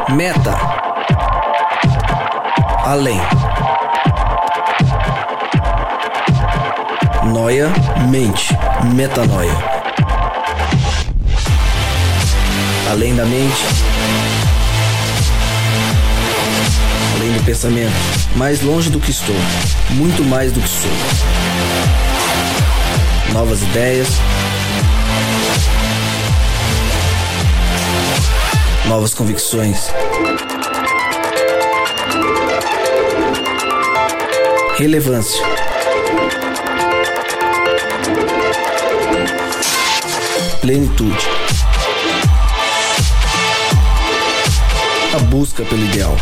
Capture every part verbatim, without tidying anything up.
Meta. Além. Noia, mente, metanoia. Além da mente, além do pensamento, mais longe do que estou, muito mais do que sou. Novas ideias, novas convicções. Relevância. Plenitude. A busca pelo ideal.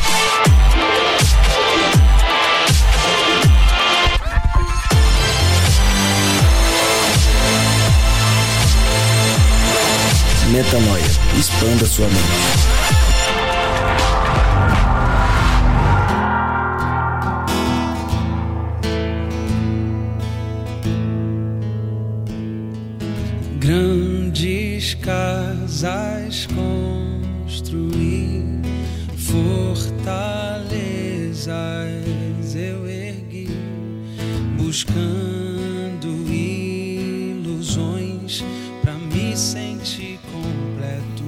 Metanoia. Expanda sua mente. Grandes casas construí, fortalezas eu ergui, buscando ilusões pra me sentir completo.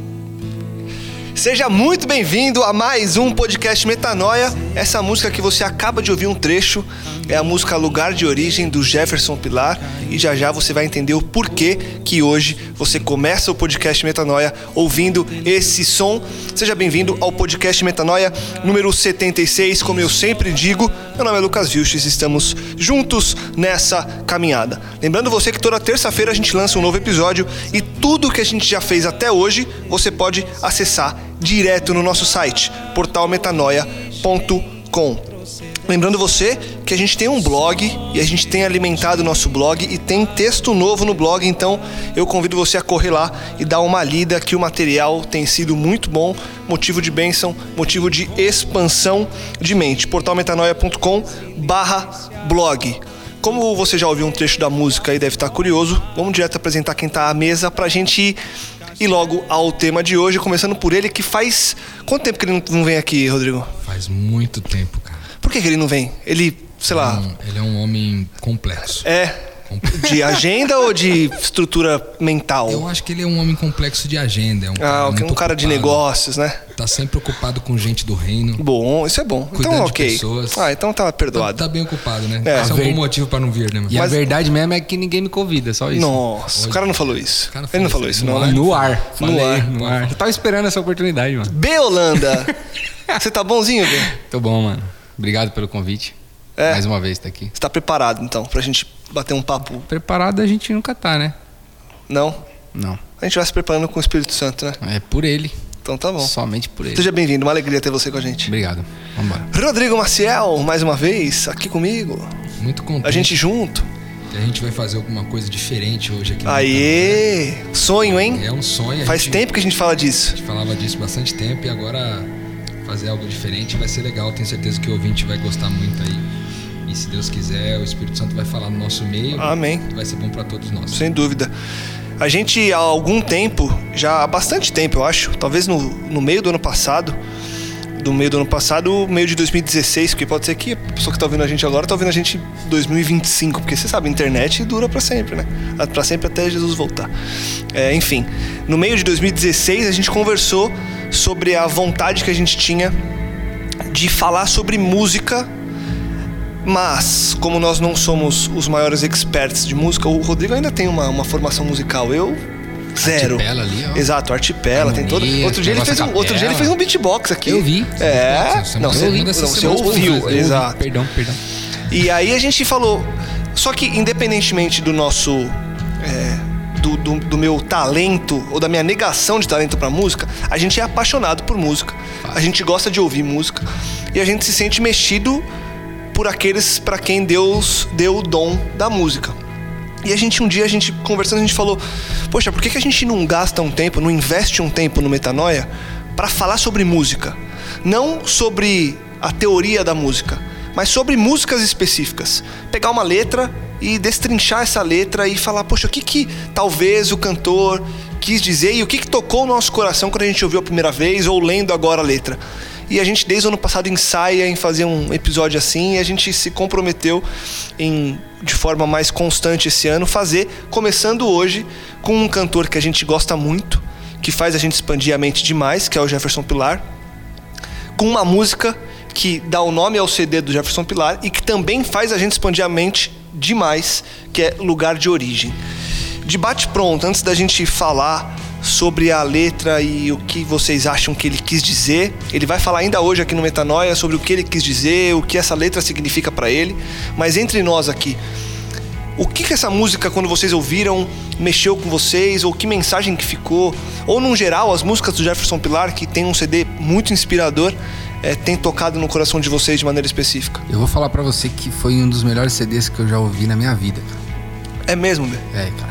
Seja muito bem-vindo a mais um podcast Metanoia. Essa música que você acaba de ouvir um trecho é a música Lugar de Origem, do Jefferson Pilar, e já já você vai entender o porquê que hoje você começa o podcast Metanoia ouvindo esse som. Seja bem-vindo ao podcast Metanoia número setenta e seis. Como eu sempre digo, meu nome é Lucas Vilches, estamos juntos nessa caminhada. Lembrando você que toda terça-feira a gente lança um novo episódio e tudo que a gente já fez até hoje você pode acessar direto no nosso site, portal metanoia ponto com. Lembrando você que a gente tem um blog e a gente tem alimentado o nosso blog e tem texto novo no blog, então eu convido você a correr lá e dar uma lida, que o material tem sido muito bom, motivo de bênção, motivo de expansão de mente. portal metanoia ponto com barra blog. Como você já ouviu um trecho da música e deve estar curioso, vamos direto apresentar quem está à mesa pra gente ir, ir logo ao tema de hoje, começando por ele, que faz... Quanto tempo que ele não vem aqui, Rodrigo? Faz muito tempo, cara. Por que, que ele não vem? Ele, sei lá... Não, ele é um homem complexo. É? Complexo. De agenda ou de estrutura mental? Eu acho que ele é um homem complexo de agenda. É um ah, cara, um cara ocupado, de negócios, né? Tá sempre ocupado com gente do reino. Bom, isso é bom. Cuidando então, de ok. pessoas. Ah, então tá perdoado. Tá, tá bem ocupado, né? É. Esse é um Ver... bom motivo pra não vir, né, mano? E Mas... a verdade mesmo é que ninguém me convida, só isso. Nossa, Hoje... o cara não falou isso. Não Ele não falou isso, não, ar, né? No ar. No Falei, ar. No ar. Eu tava esperando essa oportunidade, mano. B, Holanda. Você tá bonzinho, B? Tô bom, mano. Obrigado pelo convite. É. Mais uma vez tá aqui. Você tá preparado, então, pra gente bater um papo? Preparado a gente nunca tá, né? Não? Não. A gente vai se preparando com o Espírito Santo, né? É por ele. Então tá bom. Somente por ele. Seja bem-vindo, uma alegria ter você com a gente. Obrigado. Vambora. Rodrigo Maciel, mais uma vez, aqui comigo. Muito contente. A gente junto. Que a gente vai fazer alguma coisa diferente hoje aqui no Aê! Sonho, hein? Metanoia. É um sonho. a Faz gente, tempo que a gente fala disso. A gente falava disso bastante tempo e agora fazer algo diferente vai ser legal. Tenho certeza que o ouvinte vai gostar muito aí. E se Deus quiser, o Espírito Santo vai falar no nosso meio. Amém. Vai ser bom para todos nós. Sem dúvida. A gente, há algum tempo, já há bastante tempo, eu acho, talvez no, no meio do ano passado, do meio do ano passado, meio de dois mil e dezesseis, porque pode ser que a pessoa que tá ouvindo a gente agora tá ouvindo a gente em dois mil e vinte e cinco, porque você sabe, a internet dura para sempre, né? Para sempre até Jesus voltar. É, enfim, no meio de dois mil e dezesseis a gente conversou sobre a vontade que a gente tinha de falar sobre música. Mas, como nós não somos os maiores experts de música, o Rodrigo ainda tem uma, uma formação musical. Eu, zero. Artipela ali, ó. Exato, Artipela, tem todo. Harmonia, Outro dia, ele fez um, capela. outro dia ele fez um beatbox aqui. Eu vi. É, Você não, mandou você, uma não, dessas você semanas pra ouviu, ouvir, eu exato. Perdão, perdão. E aí a gente falou. Só que, independentemente do nosso. É, do, do, do meu talento, ou da minha negação de talento pra música, a gente é apaixonado por música. A gente gosta de ouvir música. E a gente se sente mexido por aqueles para quem Deus deu o dom da música. E a gente, um dia, a gente conversando, a gente falou: poxa, por que, que a gente não gasta um tempo, não investe um tempo no Metanoia para falar sobre música? Não sobre a teoria da música, mas sobre músicas específicas. Pegar uma letra e destrinchar essa letra e falar: poxa, o que que talvez o cantor quis dizer e o que, que tocou o nosso coração quando a gente ouviu a primeira vez ou lendo agora a letra. E a gente desde o ano passado ensaia em fazer um episódio assim, e a gente se comprometeu em, de forma mais constante esse ano, fazer, começando hoje com um cantor que a gente gosta muito, que faz a gente expandir a mente demais, que é o Jefferson Pilar, com uma música que dá o nome ao C D do Jefferson Pilar e que também faz a gente expandir a mente demais, que é Lugar de Origem. De bate pronto, antes da gente falar sobre a letra e o que vocês acham que ele quis dizer, ele vai falar ainda hoje aqui no Metanoia sobre o que ele quis dizer, o que essa letra significa para ele, mas entre nós aqui, o que que essa música, quando vocês ouviram, mexeu com vocês, ou que mensagem que ficou, ou num geral, as músicas do Jefferson Pilar, que tem um C D muito inspirador, é, tem tocado no coração de vocês de maneira específica? Eu vou falar pra você que foi um dos melhores C Ds que eu já ouvi na minha vida, cara. É mesmo, Bê? É, cara.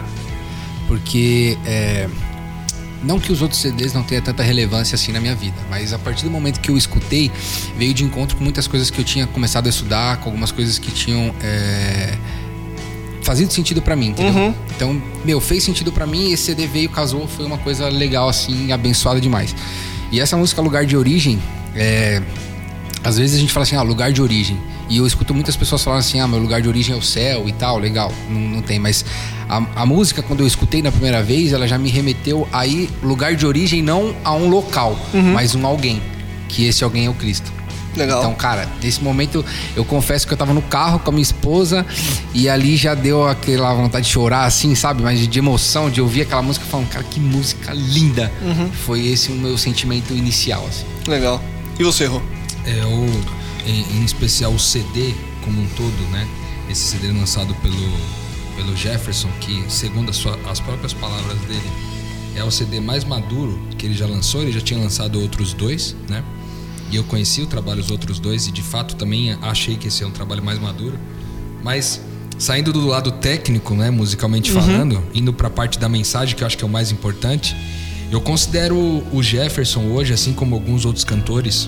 Porque, é... não que os outros C Ds não tenham tanta relevância assim na minha vida, mas a partir do momento que eu escutei, veio de encontro com muitas coisas que eu tinha começado a estudar, com algumas coisas que tinham é... fazido sentido pra mim, entendeu? Uhum. Então, meu, fez sentido pra mim, esse C D veio, casou, foi uma coisa legal assim, abençoada demais. E essa música Lugar de Origem, é... às vezes a gente fala assim, ah, lugar de origem. E eu escuto muitas pessoas falando assim, ah, meu lugar de origem é o céu e tal, legal, não, não tem. Mas a, a música, quando eu escutei na primeira vez, ela já me remeteu aí, lugar de origem não a um local, uhum. mas um alguém, que esse alguém é o Cristo. Legal. Então, cara, nesse momento eu confesso que eu tava no carro com a minha esposa e ali já deu aquela vontade de chorar, assim, sabe? Mas de emoção, de ouvir aquela música, falando, cara, que música linda. Uhum. Foi esse o meu sentimento inicial, assim. Legal. E você, Rô? É, o, em, em especial o C D como um todo, né? Esse C D lançado pelo, pelo Jefferson, que segundo as, sua, as próprias palavras dele, é o C D mais maduro que ele já lançou. Ele já tinha lançado outros dois, né? E eu conheci o trabalho dos outros dois e de fato também achei que esse é um trabalho mais maduro. Mas saindo do lado técnico, né, musicalmente uhum. falando, indo pra parte da mensagem, que eu acho que é o mais importante, eu considero o Jefferson hoje, assim como alguns outros cantores,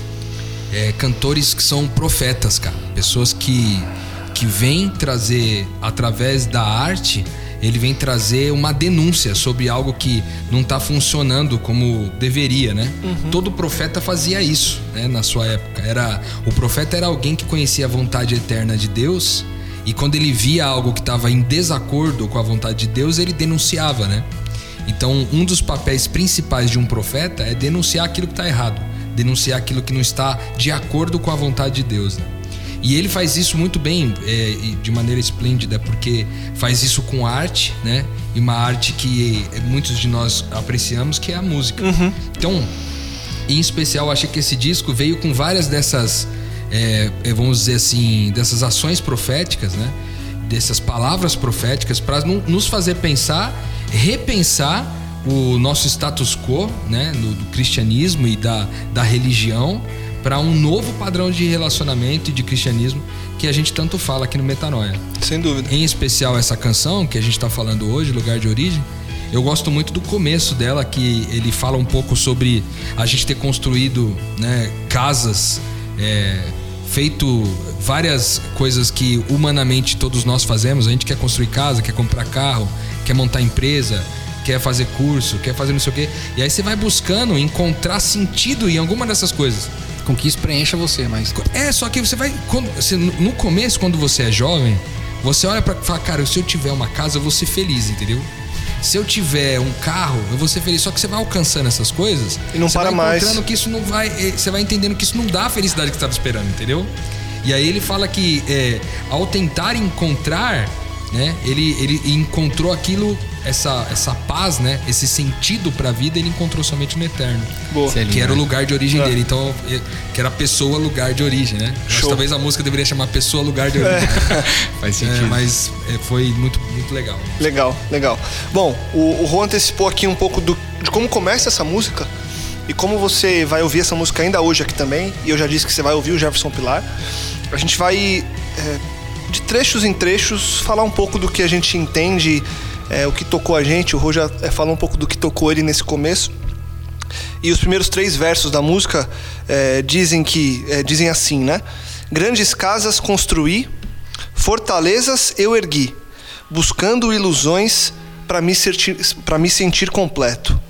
É, cantores que são profetas, cara. Pessoas que, que vêm trazer, através da arte, ele vem trazer uma denúncia sobre algo que não está funcionando como deveria, né? Uhum. Todo profeta fazia isso, né, na sua época. Era, o profeta era alguém que conhecia a vontade eterna de Deus e quando ele via algo que estava em desacordo com a vontade de Deus, ele denunciava, né? Então, um dos papéis principais de um profeta é denunciar aquilo que está errado, denunciar aquilo que não está de acordo com a vontade de Deus, né? E ele faz isso muito bem, é, de maneira esplêndida, porque faz isso com arte, né? E uma arte que muitos de nós apreciamos, que é a música. Uhum. Então, em especial, achei que esse disco veio com várias dessas, é, vamos dizer assim, dessas ações proféticas, né? Dessas palavras proféticas, para nos fazer pensar, repensar o nosso status quo, né, do, do cristianismo e da, da religião, para um novo padrão de relacionamento e de cristianismo que a gente tanto fala aqui no Metanoia. Sem dúvida. Em especial essa canção que a gente está falando hoje, Lugar de Origem, eu gosto muito do começo dela, que ele fala um pouco sobre a gente ter construído, né, casas, é, feito várias coisas que humanamente todos nós fazemos. A gente quer construir casa, quer comprar carro, quer montar empresa, quer fazer curso, quer fazer não sei o quê. E aí você vai buscando encontrar sentido em alguma dessas coisas. Com que isso preencha você, mas... É, só que você vai... Quando, você, no começo, quando você é jovem, você olha pra falar, cara, se eu tiver uma casa, eu vou ser feliz, entendeu? Se eu tiver um carro, eu vou ser feliz. Só que você vai alcançando essas coisas e não você para vai mais. encontrando que isso não vai... Você vai entendendo que isso não dá a felicidade que você estava esperando, entendeu? E aí ele fala que é, ao tentar encontrar, né, ele, ele encontrou aquilo, essa, essa paz, né, esse sentido pra vida, ele encontrou somente no eterno. Boa. Que lindo, era o né? lugar de origem é. dele. Então, que era a pessoa, lugar de origem, né? Mas talvez a música deveria chamar Pessoa, Lugar de Origem. É. Faz sentido. É, mas é, foi muito, muito legal. Legal, legal. Bom, o, o Rô antecipou aqui um pouco do, de como começa essa música e como você vai ouvir essa música ainda hoje aqui também. E eu já disse que você vai ouvir o Jefferson Pilar. A gente vai, é, de trechos em trechos, falar um pouco do que a gente entende, é, o que tocou a gente. O Rô já é, falou um pouco do que tocou ele nesse começo. E os primeiros três versos da música é, dizem que é, dizem assim, né? Grandes casas construí, fortalezas eu ergui, buscando ilusões para me sentir, para me sentir completo.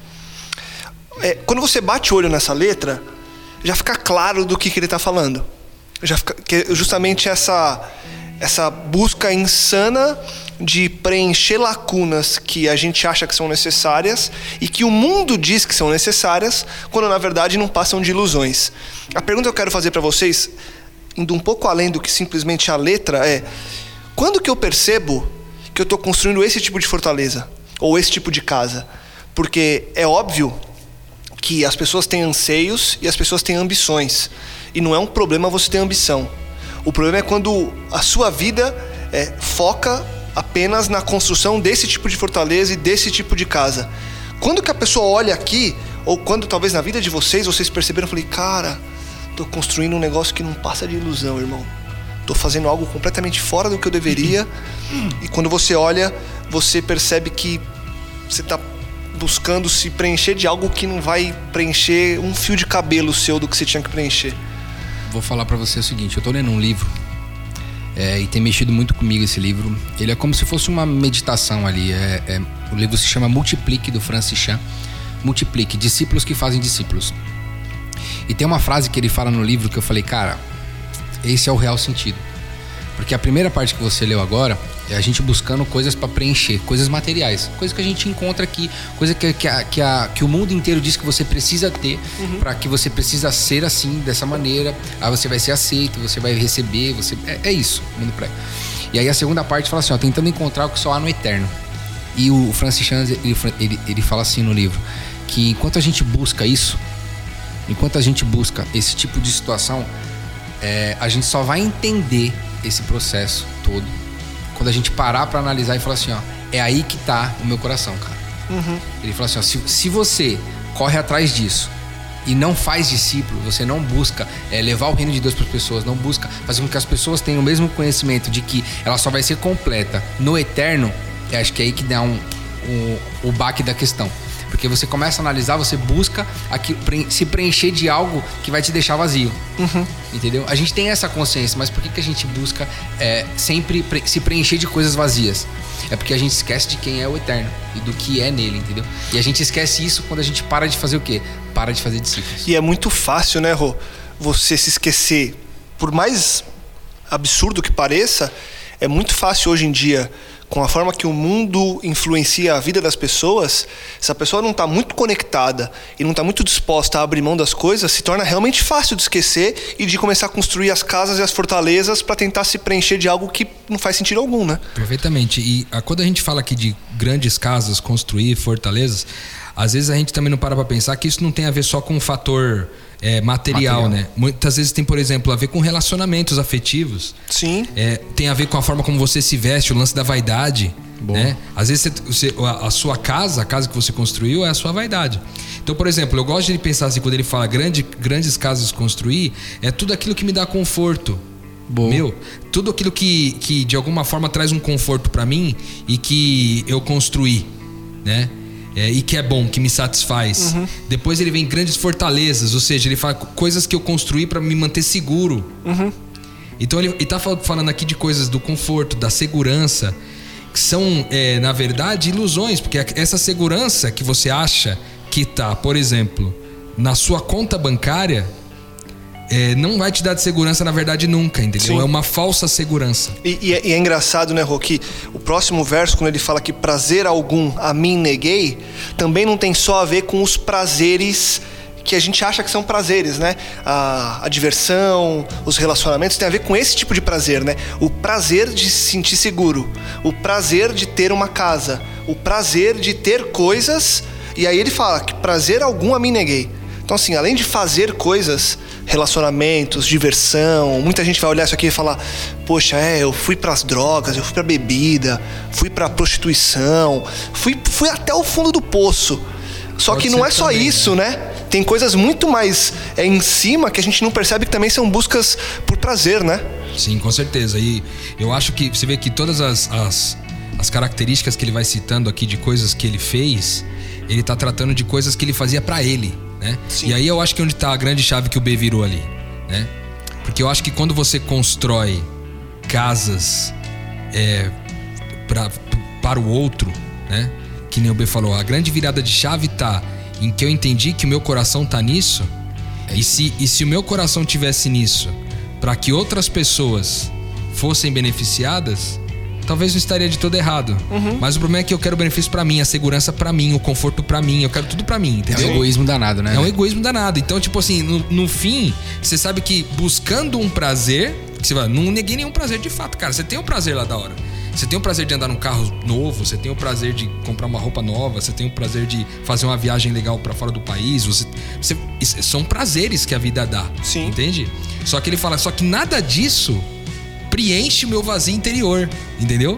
É, quando você bate o olho nessa letra, já fica claro do que, que ele está falando. Já fica, que é justamente essa, essa busca insana de preencher lacunas que a gente acha que são necessárias e que o mundo diz que são necessárias, quando na verdade não passam de ilusões. A pergunta que eu quero fazer para vocês, indo um pouco além do que simplesmente a letra, é: quando que eu percebo que eu estou construindo esse tipo de fortaleza ou esse tipo de casa? Porque é óbvio que as pessoas têm anseios e as pessoas têm ambições. E não é um problema você ter ambição. O problema é quando a sua vida é, foca apenas na construção desse tipo de fortaleza e desse tipo de casa. Quando que a pessoa olha aqui, ou quando talvez na vida de vocês, vocês perceberam, eu falei, cara, tô construindo um negócio que não passa de ilusão, irmão. Tô fazendo algo completamente fora do que eu deveria. E quando você olha, você percebe que você tá buscando se preencher de algo que não vai preencher um fio de cabelo seu do que você tinha que preencher. Vou falar pra você o seguinte, eu tô lendo um livro é, e tem mexido muito comigo esse livro. Ele é como se fosse uma meditação ali. É, é, o livro se chama Multiplique, do Francis Chan. Multiplique, discípulos que fazem discípulos. E tem uma frase que ele fala no livro que eu falei, cara, esse é o real sentido. Porque a primeira parte que você leu agora é a gente buscando coisas para preencher, coisas materiais, coisas que a gente encontra aqui, coisa que, que, a, que, a, que o mundo inteiro diz que você precisa ter, uhum. para que você precisa ser assim, dessa maneira. Aí você vai ser aceito, você vai receber, você é, é isso, o mundo prega. E aí a segunda parte fala assim, ó, tentando encontrar o que só há no eterno. E o Francis Chan, ele, ele, ele fala assim no livro, que enquanto a gente busca isso, enquanto a gente busca esse tipo de situação, é, a gente só vai entender esse processo todo quando a gente parar pra analisar e falar assim, ó, é aí que tá o meu coração, cara. Uhum. Ele fala assim, ó, se, se você corre atrás disso e não faz discípulo, você não busca é, levar o reino de Deus para as pessoas, não busca fazer com que as pessoas tenham o mesmo conhecimento de que ela só vai ser completa no eterno, eu acho que é aí que dá um, um, o baque da questão. Porque você começa a analisar, você busca aqui, se preencher de algo que vai te deixar vazio. Uhum. Entendeu? A gente tem essa consciência, mas por que, que a gente busca é, sempre pre- se preencher de coisas vazias? É porque a gente esquece de quem é o eterno e do que é nele, entendeu? E a gente esquece isso quando a gente para de fazer o quê? Para de fazer discípulos. E é muito fácil, né, Rô? Você se esquecer. Por mais absurdo que pareça, é muito fácil hoje em dia, com a forma que o mundo influencia a vida das pessoas, se a pessoa não está muito conectada e não está muito disposta a abrir mão das coisas, se torna realmente fácil de esquecer e de começar a construir as casas e as fortalezas para tentar se preencher de algo que não faz sentido algum, né? Perfeitamente. E a, quando a gente fala aqui de grandes casas, construir fortalezas, às vezes a gente também não para para pensar que isso não tem a ver só com o fator é, material, material, né? Muitas vezes tem, por exemplo, a ver com relacionamentos afetivos. Sim. É, tem a ver com a forma como você se veste, o lance da vaidade. Né? Às vezes você, você, a, a sua casa, a casa que você construiu é a sua vaidade. Então, por exemplo, eu gosto de pensar assim, quando ele fala grande, grandes casas construir, é tudo aquilo que me dá conforto. Boa. Meu, tudo aquilo que, que de alguma forma traz um conforto para mim e que eu construí, né? É, e que é bom, que me satisfaz. Uhum. Depois ele vem grandes fortalezas, ou seja, ele fala coisas que eu construí para me manter seguro. Uhum. Então ele, ele tá falando aqui de coisas do conforto, da segurança, que são, é, na verdade, ilusões, porque essa segurança que você acha que tá, por exemplo, na sua conta bancária, é, não vai te dar de segurança, na verdade, nunca, entendeu? Sim. É uma falsa segurança. E, e, é, e é engraçado, né, Roque? O próximo verso, quando ele fala que prazer algum a mim neguei, também não tem só a ver com os prazeres que a gente acha que são prazeres, né? A, a diversão, os relacionamentos, tem a ver com esse tipo de prazer, né? O prazer de se sentir seguro, o prazer de ter uma casa, o prazer de ter coisas. E aí ele fala que prazer algum a mim neguei. Então, assim, além de fazer coisas, relacionamentos, diversão, muita gente vai olhar isso aqui e falar, poxa, é, eu fui pras drogas, eu fui pra bebida, fui pra prostituição, fui, fui até o fundo do poço. Só Pode que não é só também, isso, né? né? Tem coisas muito mais é, em cima que a gente não percebe que também são buscas por prazer, né? Sim, com certeza. E eu acho que você vê que todas as, as, as características que ele vai citando aqui de coisas que ele fez, ele tá tratando de coisas que ele fazia pra ele, né? E aí eu acho que é onde tá a grande chave que o B virou ali, né? Porque eu acho que quando você constrói casas é, pra, para o outro, né? que nem o B falou, a grande virada de chave tá em que eu entendi que o meu coração tá nisso. E se, e se o meu coração tivesse nisso, para que outras pessoas fossem beneficiadas, talvez não estaria de todo errado. Uhum. Mas o problema é que eu quero o benefício pra mim, a segurança pra mim, o conforto pra mim, eu quero tudo pra mim, entendeu? É um egoísmo danado, né? É um egoísmo danado. Então, tipo assim, no, no fim, você sabe que buscando um prazer, que você vai, não neguei nenhum prazer de fato, cara. Você tem um prazer lá da hora. Você tem o prazer de andar num carro novo, você tem o prazer de comprar uma roupa nova, você tem o prazer de fazer uma viagem legal pra fora do país. Você, você, são prazeres que a vida dá. Sim. Entende? Só que ele fala, só que nada disso preenche o meu vazio interior, entendeu?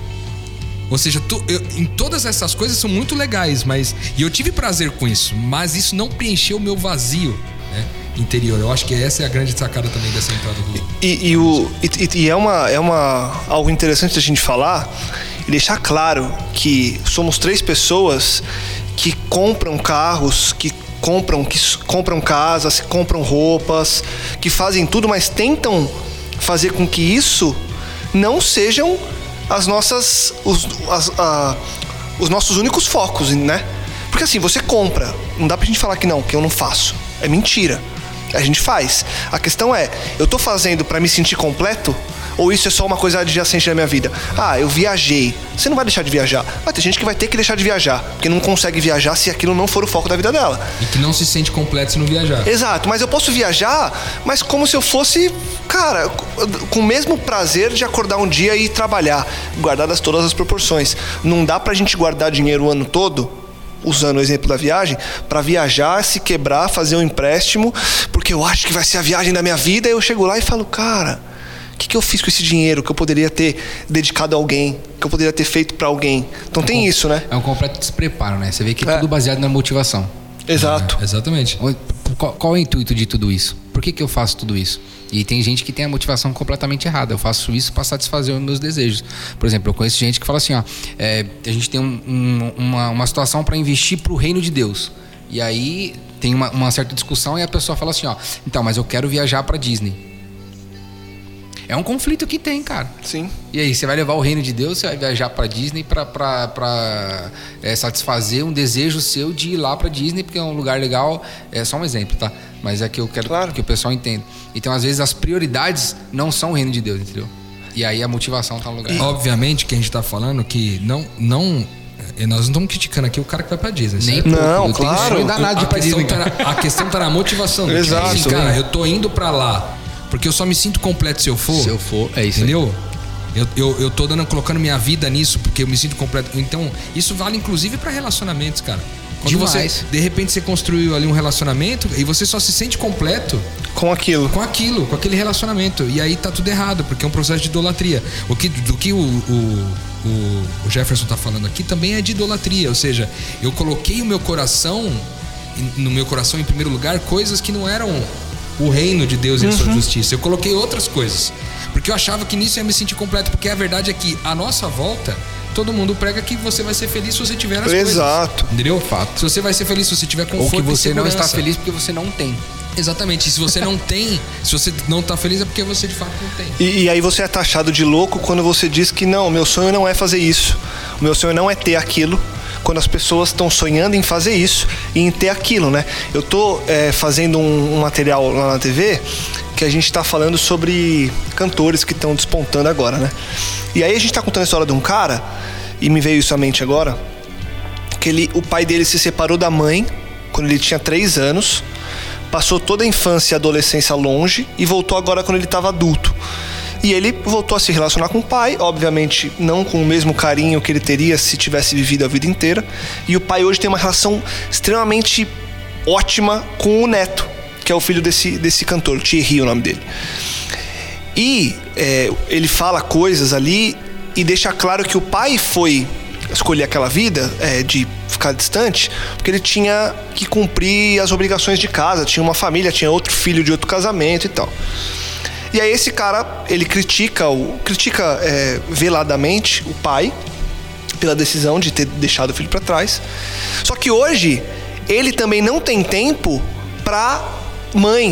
Ou seja, tu, eu, em todas essas coisas são muito legais, mas e eu tive prazer com isso, mas isso não preencheu o meu vazio, né, interior. Eu acho que essa é a grande sacada também dessa entrada do... E, e, o, e, e é, uma, é uma, algo interessante da gente falar e deixar claro que somos três pessoas que compram carros, que compram, que compram casas, que compram roupas, que fazem tudo, mas tentam fazer com que isso não sejam as nossas os, as, a, os nossos únicos focos, né? Porque assim, você compra, não dá pra gente falar que não, que eu não faço, é mentira, a gente faz. A questão é, eu tô fazendo pra me sentir completo ou isso é só uma coisa adjacente da minha vida? Ah, eu viajei. Você não vai deixar de viajar. Vai ter gente que vai ter que deixar de viajar, porque não consegue viajar se aquilo não for o foco da vida dela. E que não se sente completo se não viajar. Exato, mas eu posso viajar, mas como se eu fosse, cara, com o mesmo prazer de acordar um dia e ir trabalhar, guardadas todas as proporções. Não dá pra gente guardar dinheiro o ano todo, usando o exemplo da viagem, pra viajar, se quebrar, fazer um empréstimo, porque eu acho que vai ser a viagem da minha vida, e eu chego lá e falo, cara, o que, que eu fiz com esse dinheiro que eu poderia ter dedicado a alguém, que eu poderia ter feito pra alguém? Então é tem um, isso, né? É um completo despreparo, né? Você vê que é, é. tudo baseado na motivação. Exato. É, exatamente. Qual, qual é o intuito de tudo isso? Por que, que eu faço tudo isso? E tem gente que tem a motivação completamente errada. Eu faço isso para satisfazer os meus desejos. Por exemplo, eu conheço gente que fala assim, ó, é, a gente tem um, um, uma, uma situação para investir pro reino de Deus. E aí tem uma, uma certa discussão e a pessoa fala assim, ó, então, mas eu quero viajar para Disney. É um conflito que tem, cara. Sim. E aí, você vai levar o reino de Deus, você vai viajar pra Disney pra, pra, pra é, satisfazer um desejo seu de ir lá pra Disney, porque é um lugar legal. É só um exemplo, tá? Mas é que eu quero claro. que o pessoal entenda. Então, às vezes, as prioridades não são o reino de Deus, entendeu? E aí a motivação tá no lugar. E, obviamente que a gente tá falando que não... não nós não estamos criticando aqui o cara que vai pra Disney. Nem certo? Não, eu claro. tenho sonho danado de ir pra Disney. Tá na, a questão tá na motivação. Exato. Assim, cara, eu tô indo pra lá porque eu só me sinto completo se eu for. Se eu for, é isso. Entendeu? Eu, eu, eu tô dando, colocando minha vida nisso porque eu me sinto completo. Então, isso vale inclusive pra relacionamentos, cara. Quando Demais. você, de repente, você construiu ali um relacionamento e você só se sente completo Com aquilo. com aquilo, com aquele relacionamento. E aí tá tudo errado, porque é um processo de idolatria. O que, do que o, o, o, o Jefferson tá falando aqui também é de idolatria. Ou seja, eu coloquei o meu coração, no meu coração em primeiro lugar, coisas que não eram o reino de Deus e a sua justiça. Eu coloquei outras coisas. Porque eu achava que nisso eu ia me sentir completo. Porque a verdade é que a nossa volta, todo mundo prega que você vai ser feliz se você tiver as coisas. Exato. Entendeu? Fato. Se você vai ser feliz se você tiver conforto. Ou que você e não segurança. está feliz porque você não tem. Exatamente. E se você não tem, se você não tá feliz é porque você de fato não tem. E, e aí você é taxado de louco quando você diz que não, meu sonho não é fazer isso. O meu sonho não é ter aquilo. Quando as pessoas estão sonhando em fazer isso e em ter aquilo, né? Eu tô é, fazendo um, um material lá na T V que a gente tá falando sobre cantores que estão despontando agora, né? E aí a gente tá contando a história de um cara, e me veio isso à mente agora, que ele, o pai dele se separou da mãe quando ele tinha três anos, passou toda a infância e adolescência longe e voltou agora quando ele estava adulto. E ele voltou a se relacionar com o pai, obviamente não com o mesmo carinho que ele teria se tivesse vivido a vida inteira. E o pai hoje tem uma relação extremamente ótima com o neto, que é o filho desse, desse cantor, Thierry, o nome dele. E é, ele fala coisas ali e deixa claro que o pai foi escolher aquela vida é, de ficar distante porque ele tinha que cumprir as obrigações de casa, tinha uma família, tinha outro filho de outro casamento e tal. E aí esse cara, ele critica, o, critica é, veladamente o pai pela decisão de ter deixado o filho para trás. Só que hoje ele também não tem tempo pra mãe,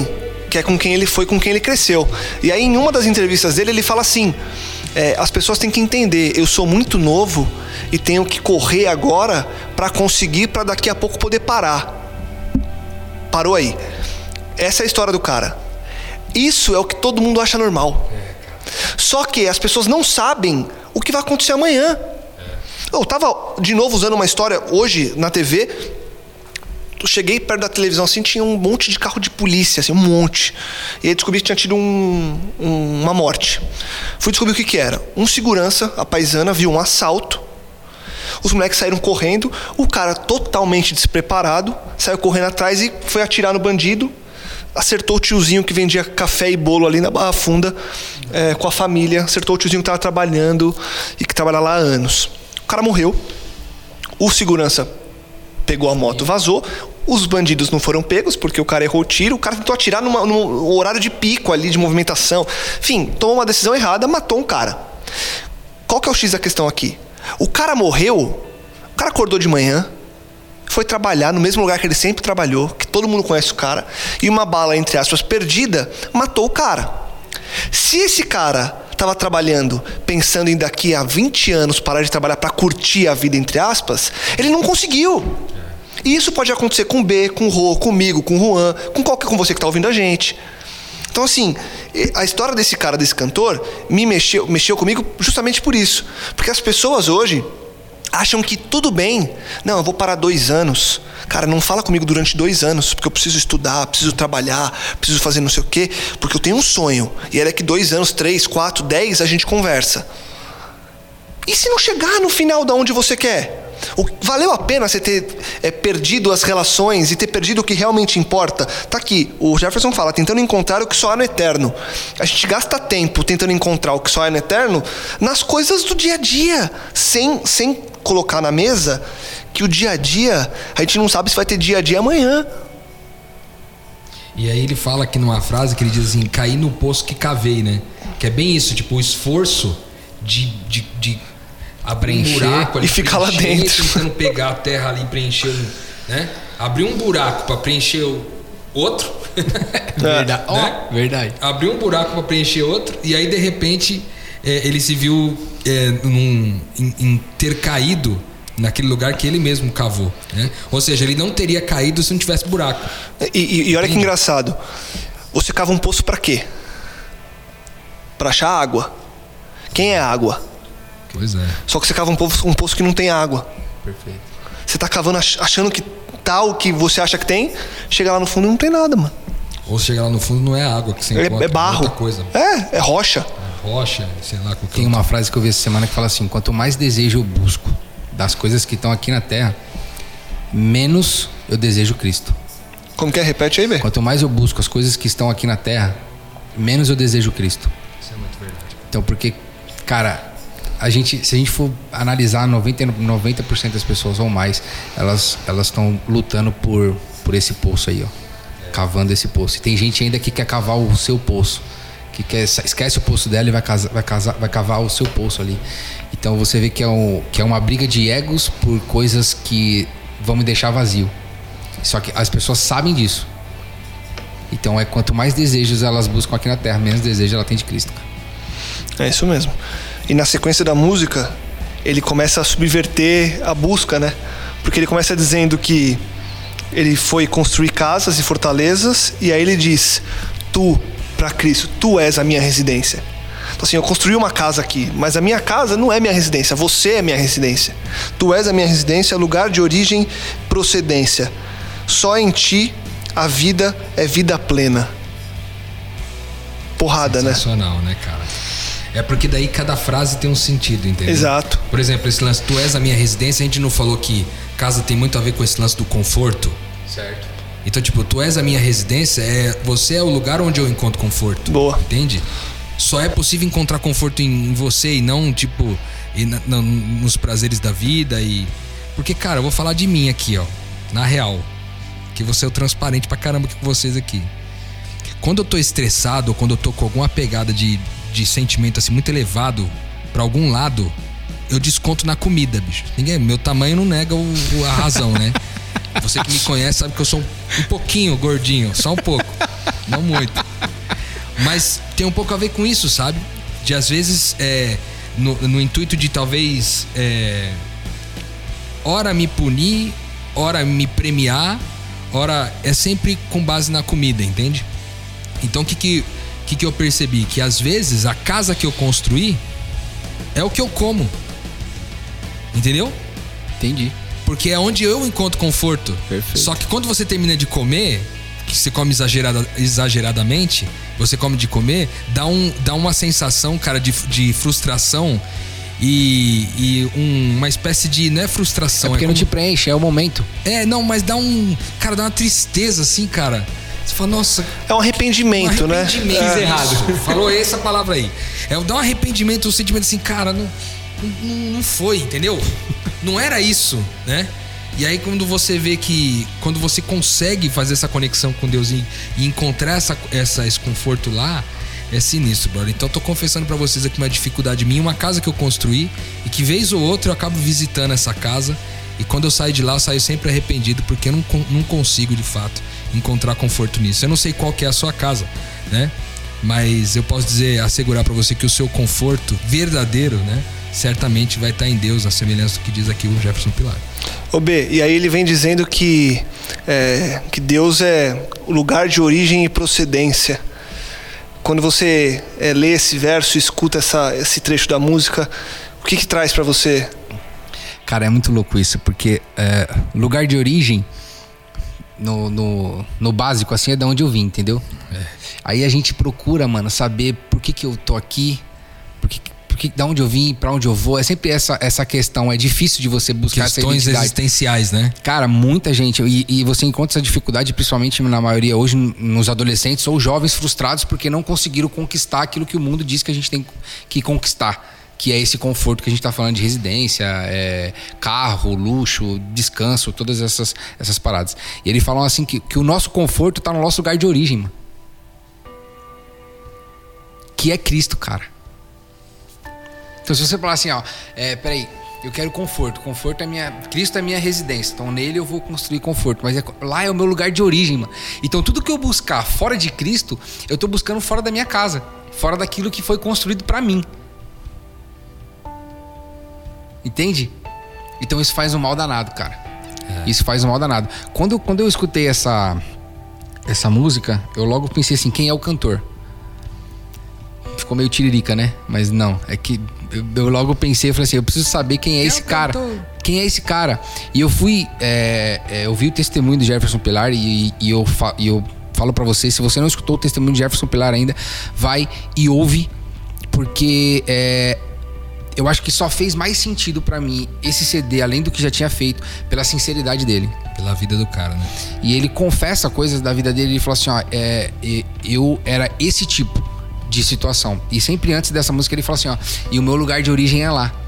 que é com quem ele foi, com quem ele cresceu. E aí, em uma das entrevistas dele, ele fala assim: é, as pessoas têm que entender, eu sou muito novo e tenho que correr agora para conseguir, para daqui a pouco poder parar. Parou aí. Essa é a história do cara. Isso é o que todo mundo acha normal. Só que as pessoas não sabem o que vai acontecer amanhã. Eu tava de novo usando uma história hoje na T V. Eu cheguei perto da televisão assim, tinha um monte de carro de polícia, assim, um monte. E aí descobri que tinha tido um, um, uma morte. Fui descobrir o que que era. Um segurança, a paisana, viu um assalto. Os moleques saíram correndo. O cara, totalmente despreparado, saiu correndo atrás e foi atirar no bandido. Acertou o tiozinho que vendia café e bolo ali na Barra Funda, é, com a família. Acertou o tiozinho que estava trabalhando e que trabalha lá há anos. O cara morreu. O segurança pegou a moto, vazou. Os bandidos não foram pegos porque o cara errou o tiro. O cara tentou atirar numa, num horário de pico ali, de movimentação. Enfim, tomou uma decisão errada, matou um cara. Qual que é o X da questão aqui? O cara morreu, o cara acordou de manhã, foi trabalhar no mesmo lugar que ele sempre trabalhou, que todo mundo conhece o cara, e uma bala, entre aspas, perdida, matou o cara. Se esse cara estava trabalhando, pensando em daqui a vinte anos parar de trabalhar para curtir a vida, entre aspas, ele não conseguiu. E isso pode acontecer com o B, com o Rô, comigo, com o Juan, com qualquer com você que está ouvindo a gente. Então, assim, a história desse cara, desse cantor, me mexeu, mexeu comigo justamente por isso. Porque as pessoas hoje acham que tudo bem. Não, eu vou parar dois anos. Cara, não fala comigo durante dois anos, porque eu preciso estudar, preciso trabalhar, preciso fazer não sei o quê, porque eu tenho um sonho. E é daqui dois anos, três, quatro, dez, a gente conversa. E se não chegar no final de onde você quer? O, valeu a pena você ter é, perdido as relações e ter perdido o que realmente importa? Tá aqui, o Jefferson fala, tentando encontrar o que só há no eterno. A gente gasta tempo tentando encontrar o que só há no eterno nas coisas do dia a dia, sem, sem colocar na mesa que o dia a dia, a gente não sabe se vai ter dia a dia amanhã. E aí ele fala aqui numa frase que ele diz assim: caí no poço que cavei, né? Que é bem isso, tipo, o esforço de... de, de abrir um buraco ali e ficar lá dentro, tentando pegar a terra ali e preencher, né? Abrir um buraco para preencher o outro. Verdade. Né? Oh, verdade. Abriu um buraco para preencher outro e aí de repente é, ele se viu é, num, em, em ter caído naquele lugar que ele mesmo cavou, né? Ou seja, ele não teria caído se não tivesse buraco. E, e, e olha que engraçado. Você cava um poço para quê? Para achar água. Quem é a água? Pois é. Só que você cava um poço, um poço que não tem água. Perfeito. Você tá cavando achando que tal que você acha que tem, chega lá no fundo e não tem nada, mano. Ou chega lá no fundo não é água que você é, encontra, é barro. outra coisa. É, é rocha. É rocha, sei lá. Tem uma frase que eu vi essa semana que fala assim: quanto mais desejo eu busco das coisas que estão aqui na terra, menos eu desejo Cristo. Como que é? Repete aí, velho. Quanto mais eu busco as coisas que estão aqui na terra, menos eu desejo Cristo. Isso é muito verdade. Então, porque, cara, a gente, se a gente for analisar noventa por cento das pessoas ou mais, elas elas estão lutando por, por esse poço aí, ó. É. Cavando esse poço. E tem gente ainda que quer cavar o seu poço. Que quer, esquece o poço dela e vai, casa, vai, casa, vai cavar o seu poço ali. Então você vê que é, um, que é uma briga de egos por coisas que vão me deixar vazio. Só que as pessoas sabem disso. Então é quanto mais desejos elas buscam aqui na terra, menos desejo ela tem de Cristo. É isso mesmo. E na sequência da música, ele começa a subverter a busca, né? Porque ele começa dizendo que ele foi construir casas e fortalezas, e aí ele diz: tu, para Cristo, tu és a minha residência. Então assim, eu construí uma casa aqui, mas a minha casa não é minha residência, você é minha residência. Tu és a minha residência, lugar de origem, procedência. Só em ti a vida é vida plena. Porrada, né? Sensacional, né, cara? É porque daí cada frase tem um sentido, entendeu? Exato. Por exemplo, esse lance, tu és a minha residência, a gente não falou que casa tem muito a ver com esse lance do conforto? Certo. Então, tipo, tu és a minha residência, é, você é o lugar onde eu encontro conforto. Boa. Entende? Só é possível encontrar conforto em, em você e não, tipo, e na, na, nos prazeres da vida e... Porque, cara, eu vou falar de mim aqui, ó, na real. Que você é o transparente pra caramba aqui com vocês aqui. Quando eu tô estressado ou quando eu tô com alguma pegada de, de sentimento assim muito elevado pra algum lado, eu desconto na comida, bicho. Ninguém, meu tamanho não nega o, a razão, né? Você que me conhece sabe que eu sou um, um pouquinho gordinho, só um pouco. Não muito. Mas tem um pouco a ver com isso, sabe? De às vezes, é, no, no intuito de talvez é, ora me punir, ora me premiar, ora é sempre com base na comida, entende? Então o que que, que que eu percebi? Que às vezes a casa que eu construí é o que eu como. Entendeu? Entendi. Porque é onde eu encontro conforto. Perfeito. Só que quando você termina de comer, que você come exagerada, exageradamente, você come de comer, dá, um, dá uma sensação, cara, de, de frustração e, e um, uma espécie de... Não é frustração, é porque é não como, te preenche, é o momento. É, não, mas dá um... Cara, dá uma tristeza, assim, cara. Você fala, nossa... É um arrependimento, um arrependimento né? É, errado. Falou essa palavra aí. É, dá um arrependimento, um sentimento assim, cara, não, não, não foi, entendeu? Não era isso, né? E aí quando você vê que... Quando você consegue fazer essa conexão com Deus e, e encontrar essa, essa, esse conforto lá, é sinistro, brother. Então eu tô confessando pra vocês aqui uma dificuldade minha, uma casa que eu construí e que vez ou outra eu acabo visitando essa casa. E quando eu saio de lá, eu saio sempre arrependido, porque eu não, não consigo, de fato, encontrar conforto nisso. Eu não sei qual que é a sua casa, né? Mas eu posso dizer, assegurar pra você que o seu conforto verdadeiro, né, certamente vai estar em Deus, a semelhança do que diz aqui o Jefferson Pilar. Ô B, e aí ele vem dizendo que, é, que Deus é o lugar de origem e procedência. Quando você é, lê esse verso, escuta essa, esse trecho da música, o que que traz pra você? Cara, é muito louco isso, porque é, lugar de origem, no, no, no básico, assim, é de onde eu vim, entendeu? É. Aí a gente procura, mano, saber por que que eu tô aqui, por que, por que, da onde eu vim, pra onde eu vou. É sempre essa, essa questão, é difícil de você buscar essa identidade. Questões existenciais, né? Cara, muita gente, e, e você encontra essa dificuldade, principalmente na maioria hoje, nos adolescentes ou jovens frustrados, porque não conseguiram conquistar aquilo que o mundo diz que a gente tem que conquistar. Que é esse conforto que a gente tá falando de residência, é, carro, luxo, descanso, todas essas, essas paradas. E eles falam assim que, que o nosso conforto tá no nosso lugar de origem, mano. Que é Cristo, cara. Então se você falar assim, ó, é, peraí, eu quero conforto, conforto é minha, Cristo é minha residência, então nele eu vou construir conforto, mas é, lá é o meu lugar de origem, mano. Então tudo que eu buscar fora de Cristo, eu tô buscando fora da minha casa, fora daquilo que foi construído pra mim. Entende? Então isso faz um mal danado, cara. É. Isso faz um mal danado. Quando eu, quando eu escutei essa, essa música, eu logo pensei assim, quem é o cantor? Ficou meio tiririca, né? Mas não, é que eu, eu logo pensei, eu falei assim, eu preciso saber quem é quem esse é cara. Cantor? Quem é esse cara? E eu fui, é, é, eu vi o testemunho do Jefferson Pilar e, e, eu, fa, e eu falo pra você, se você não escutou o testemunho do Jefferson Pilar ainda, vai e ouve, porque é, eu acho que só fez mais sentido pra mim esse C D, além do que já tinha feito, pela sinceridade dele. Pela vida do cara, né? E ele confessa coisas da vida dele, ele falou assim, ó, é, eu era esse tipo de situação. E sempre antes dessa música ele falou assim, ó, e o meu lugar de origem é lá.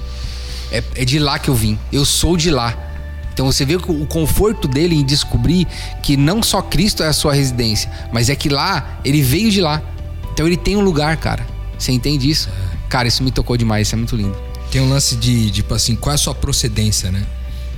É, é de lá que eu vim. Eu sou de lá. Então você vê o conforto dele em descobrir que não só Cristo é a sua residência, mas é que lá, ele veio de lá. Então ele tem um lugar, cara. Você entende isso? É. Cara, isso me tocou demais, isso é muito lindo. Tem um lance de, tipo assim, qual é a sua procedência, né?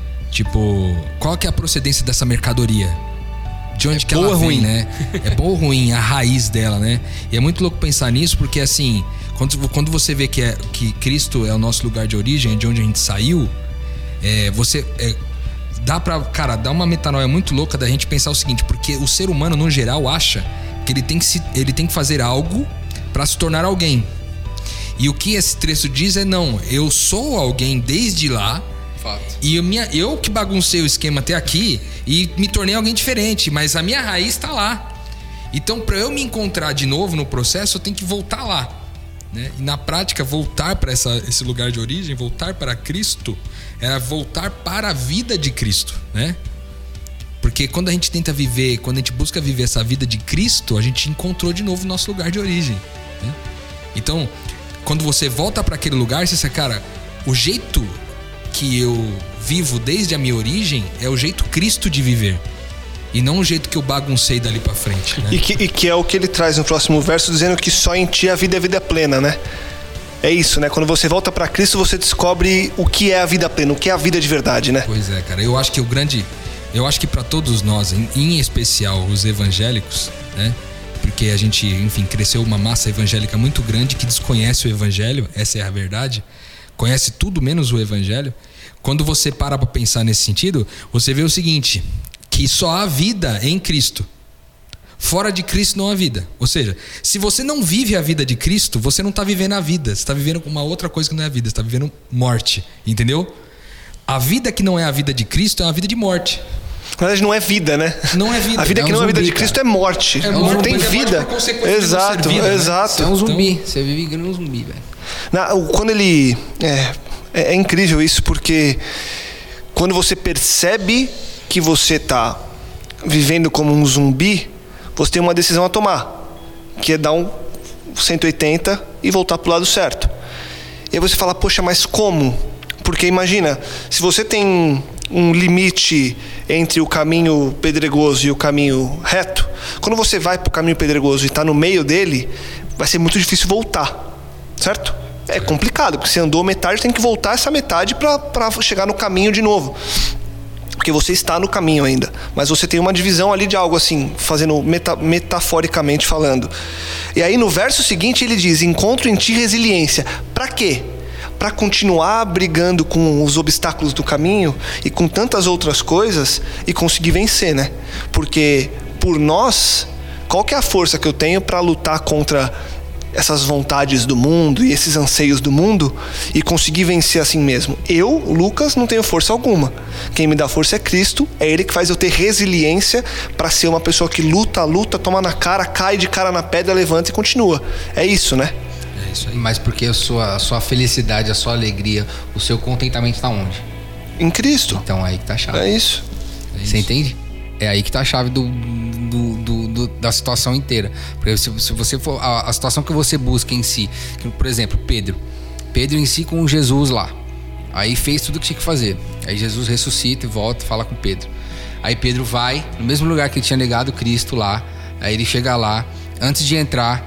Tipo, qual que é a procedência dessa mercadoria? De onde é que ela vem, ruim, né? É boa ou ruim, a raiz dela, né? E é muito louco pensar nisso, porque assim, quando, quando você vê que, é, que Cristo é o nosso lugar de origem, de onde a gente saiu, é, você... É, dá pra, cara, dá uma metanoia muito louca da gente pensar o seguinte, porque o ser humano, no geral, acha que ele tem que, se, ele tem que fazer algo pra se tornar alguém. E o que esse trecho diz é, não, eu sou alguém desde lá, fato. E eu, minha, eu que baguncei o esquema até aqui e me tornei alguém diferente, mas a minha raiz tá lá. Então, pra eu me encontrar de novo no processo, eu tenho que voltar lá, né? E na prática, voltar para esse lugar de origem, voltar para Cristo, era voltar para a vida de Cristo, né? Porque quando a gente tenta viver, quando a gente busca viver essa vida de Cristo, a gente encontrou de novo o nosso lugar de origem, né? Então, quando você volta para aquele lugar, você diz, cara, o jeito que eu vivo desde a minha origem é o jeito Cristo de viver. E não o jeito que eu baguncei dali pra frente, né? E que, e que é o que ele traz no próximo verso, dizendo que só em ti a vida é vida plena, né? É isso, né? Quando você volta pra Cristo, você descobre o que é a vida plena, o que é a vida de verdade, né? Pois é, cara. Eu acho que o grande... eu acho que para todos nós, em, em especial os evangélicos, né? Porque a gente, enfim, cresceu uma massa evangélica muito grande que desconhece o evangelho, essa é a verdade, conhece tudo menos o evangelho. Quando você para para pensar nesse sentido, você vê o seguinte, que só há vida em Cristo. Fora de Cristo não há vida. Ou seja, se você não vive a vida de Cristo, você não está vivendo a vida. Você está vivendo uma outra coisa que não é a vida. Você está vivendo morte. Entendeu? A vida que não é a vida de Cristo é uma vida de morte. Na verdade não é vida, né? Não é vida. A vida é que um não é a vida zumbi, de Cristo cara. é morte. É não morte, tem é morte vida. por consequência de Exato, não ser vida, exato. Você é um zumbi. Então- Você vive igual um zumbi, velho. Na, o- quando ele... É, é, é incrível isso, porque quando você percebe que você está vivendo como um zumbi, você tem uma decisão a tomar, que é dar um cento e oitenta e voltar para o lado certo. E aí você fala, poxa, mas como? Porque imagina, se você tem um limite entre o caminho pedregoso e o caminho reto, quando você vai para o caminho pedregoso e está no meio dele, vai ser muito difícil voltar, certo? É complicado, porque você andou metade, tem que voltar essa metade para chegar no caminho de novo. Porque você está no caminho ainda, mas você tem uma divisão ali de algo assim, fazendo meta, metaforicamente falando. E aí no verso seguinte ele diz, encontro em ti resiliência. Para quê? Para continuar brigando com os obstáculos do caminho e com tantas outras coisas e conseguir vencer, né? Porque por nós, qual que é a força que eu tenho para lutar contra essas vontades do mundo e esses anseios do mundo e conseguir vencer assim mesmo? Eu, Lucas, não tenho força alguma. Quem me dá força é Cristo, é Ele que faz eu ter resiliência para ser uma pessoa que luta, luta, toma na cara, cai de cara na pedra, levanta e continua. É isso, né? É isso aí. Mas porque a sua, a sua felicidade, a sua alegria, o seu contentamento está onde? Em Cristo. Então é aí que tá a chave. É isso. Você entende? É aí que tá a chave do, do, do, do- da situação inteira. Porque se, se você for. A, a situação que você busca em si, que, por exemplo, Pedro. Pedro em si com Jesus lá. Aí fez tudo o que tinha que fazer. Aí Jesus ressuscita e volta e fala com Pedro. Aí Pedro vai no mesmo lugar que ele tinha negado Cristo lá. Aí ele chega lá. Antes de entrar,